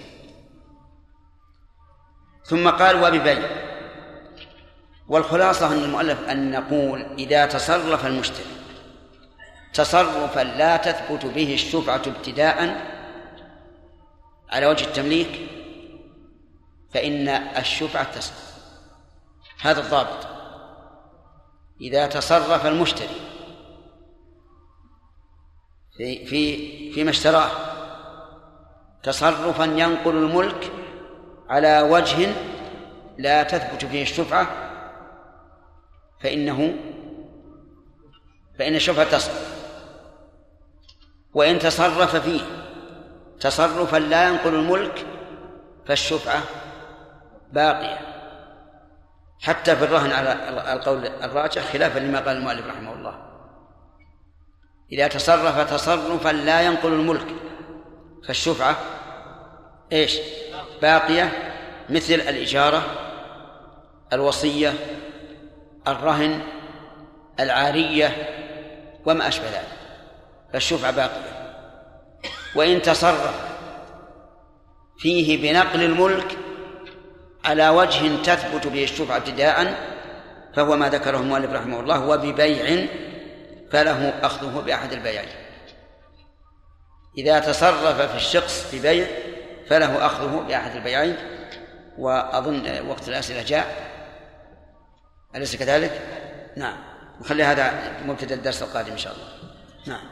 ثم قال وببيع. والخلاصة أن المؤلف أن نقول إذا تصرف المشتري تصرفا لا تثبت به الشفعة ابتداء على وجه التمليك فإن الشفعة تسقط. هذا الضابط. إذا تصرف المشتري في في فيما اشتراه تصرفا ينقل الملك على وجه لا تثبت فيه الشفعة فإنه فإن الشفعة تسقط. وإن تصرف فيه تصرفا لا ينقل الملك فالشفعة باقية حتى في الرهن على القول الراجح خلافا لما قال المؤلف رحمه الله. إذا تصرف تصرفا لا ينقل الملك فالشفعة إيش؟ باقية، مثل الإجارة، الوصية، الرهن، العارية وما أشبه ذلك، فالشفعة باقية. وإن تصرف فيه بنقل الملك على وجه تثبت به الشفعة ابتداء فهو ما ذكره المؤلف رحمه الله، وببيع فله أخذه بأحد البيعين. إذا تصرف في الشخص ببيع فله أخذه بأحد البيعين. وأظن وقت الأسئلة جاء، أليس كذلك؟ نعم، نخلي هذا مبتدأ الدرس القادم إن شاء الله. نعم.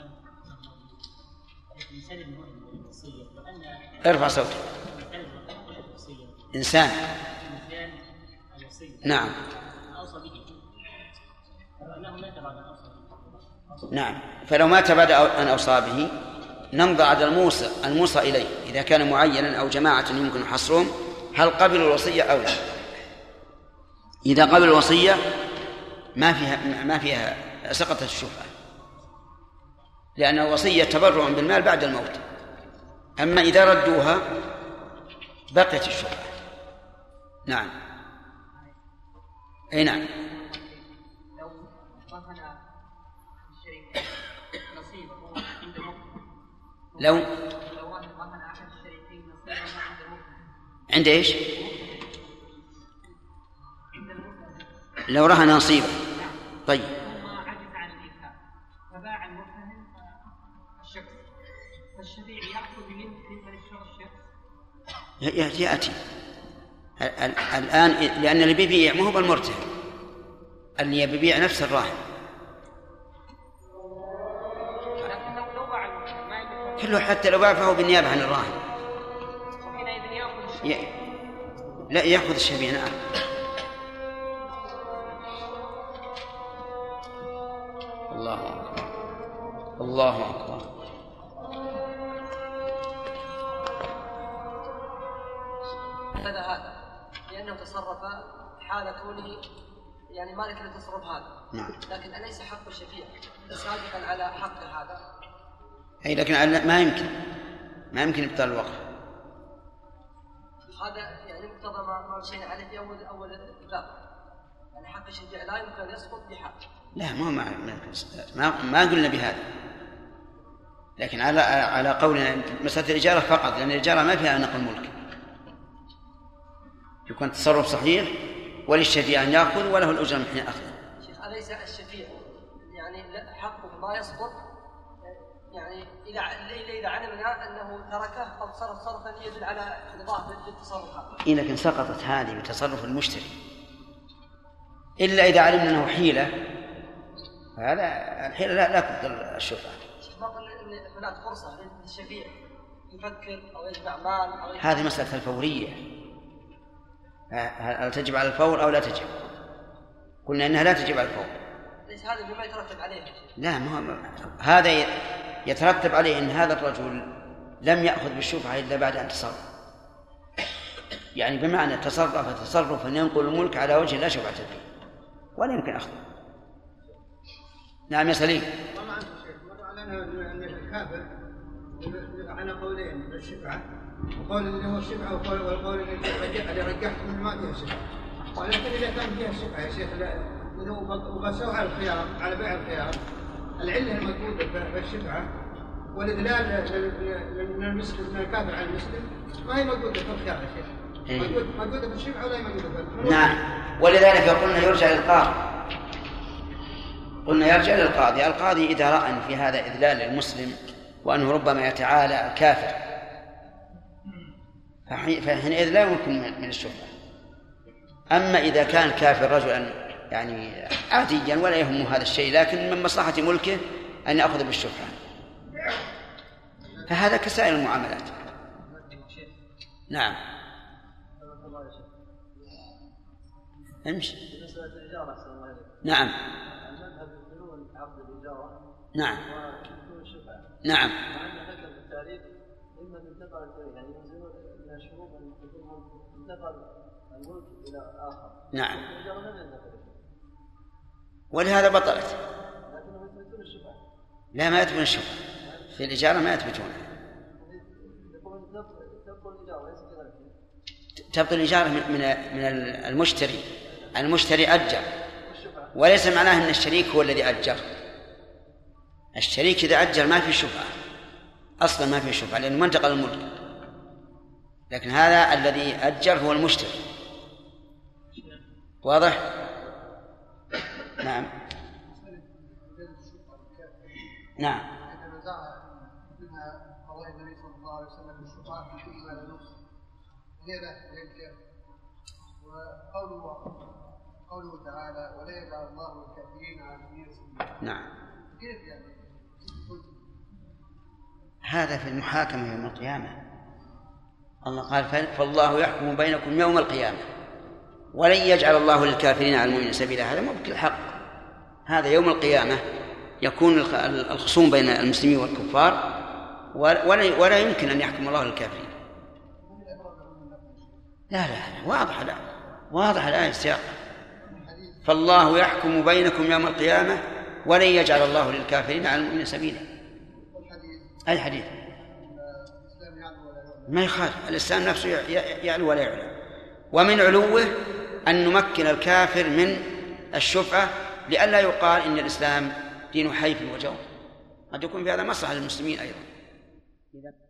ارفع صوتك. إنسان نعم نعم فلو مات بعد أن أوصى به نمضي على الموصى الموصى إليه إذا كان معينا أو جماعة يمكن حصرهم هل قبلوا الوصية أو لا. إذا قبلوا الوصية ما فيها ما فيها سقطت الشفعة، لأن الوصية تبرع بالمال بعد الموت. أما إذا ردوها بقيت الشفعة. نعم. أي نعم. لو رهن الشريك نصيبه عند موته. لو لو رهن أحد الشريكين نصيبه عند موته. عند إيش؟ عند المرتهن. لو رهن نصيبه. طيب. ثم عجز عن الإيفاء فباع المرتهن الشخص، فالشفيع يأخذ من من الشخص. يأتي الآن لأن اللي بيبيع ما هو بالمرتهن، اللي يبيع نفس الراهن. كله حتى لو باع فهو بالنيابة عن الراهن. ي... لا يأخذ الشبيه. نعم. الله أكبر الله أكبر. هذا هذا لأنه تصرف حال كونه يعني مالك للتصرف هذا. نعم. لكن أليس حق الشفيع سابقا على حق هذا؟ أي لكن ما يمكن ما يمكن إبطال الوقف. هذا يعني مقتضى ما مشينا عليه في أول أول الباب، يعني حق الشفيع لا يمكن أن يسقط بحق. لا ما ما ما, ما قلنا بهذا، لكن على على قولنا مسألة الإجارة فقط، لأن الإجارة ما فيها نقل ملك، يكون تصرف صحيح وللشفيع أن يأخذ وله الأجر من حين أخذه. شيخ أليس الشفيع يعني حقه ما يسقط يعني إذا إذا علمنا أنه تركه أو تصرف تصرفا يدل على رضاه بالتصرف هذا؟ إيه لكن سقطت هذه بتصرف المشتري، إلا إذا علمنا أنه حيلة، هذا الحيلة لا لا تبطل الشفعة. ما قلنا إن هناك فرصة للشفيع يفكر أو يجمع مال أو هذه مسألة الفورية، هل تجب على الفور أو لا تجب؟ قلنا إنها لا تجب على الفور. ليس هذا بما يترتب عليه. لا ما هذا يترتب عليه إن هذا الرجل لم يأخذ بالشفعة إلا بعد أن تصرف، يعني بمعنى تصرف تصرفا ينقل الملك على وجه لا شفعة فيه ولا يمكن أخذه. نعم يا سليم. طبعا شيخ مر علينا أن الكافر على قولين بالشفعة، وقول اللي هو الشفعة وقول والقول اللي رجحت من ما فيها شفعة. ولكن إذا كان فيها شفعة يا شيخ وقسوا على الخيار على بيع الخيار، العلة الموجودة في الشفعة والإدلال من المسلم من الكافر على المسلم ما هي موجودة في الخيار يا شيخ. موجودة في الشفعة ولا هي موجودة في؟ نعم، ولذلك قلنا يرجع للقاضي. قلنا يرجع للقاضي. القاضي إذا رأى أن في هذا إذلال للمسلم وأنه ربما يتعالى الكافر فحينئذ لا يمكن من الشفعة. أما إذا كان الكافر رجلا يعني عاديا ولا يهمه هذا الشيء لكن من مصلحة ملكه أن يأخذ بالشفعة فهذا كسائر المعاملات. نعم امشي. نعم نعم نعم إما انتقل يعني ينزلون إلى شروط أن انتقل الملك إلى آخر. نعم. ولهذا بطلت. لكنهم يثبتون الشفعة. لا ما يثبتون الشفعة. في الإجارة ما يثبتون. تبطل الإجارة من من المشتري. المشتري أجر. وليس معناه أن الشريك هو الذي أجر. الشريك إذا أجر ما في شفعة. أصلا ما في شفعة لأنه ما انتقل الملك. لكن هذا الذي أجر هو المشتري. واضح؟ نعم. نعم. منها قضاء النبي صلى الله عليه وسلم الشفعة في كل ما لا نقص هي له للكافر وقوله قوله تعالى ولا يجعل الله الكافرين على المؤمنين سبيلا. نعم. كيف يعني؟ هذا في المحاكمة يوم القيامة. الله قال فالله يحكم بينكم يوم القيامة ولن يجعل الله للكافرين على المؤمنين سبيلا. هذا مو بالحق. هذا يوم القيامة يكون الخصوم بين المسلمين والكفار ولا يمكن أن يحكم الله للكافرين. لا لا واضح لا واضح الآية السياق. فالله يحكم بينكم يوم القيامة ولن يجعل الله للكافرين على المؤمنين سبيلا. أي حديث ما يخالف. الإسلام نفسه يعلو ولا يعلى. ومن علوه أن نمكن الكافر من الشفعة لئلا يقال إن الإسلام دين حيف وجور. قد يكون في هذا مصلحة للمسلمين أيضا.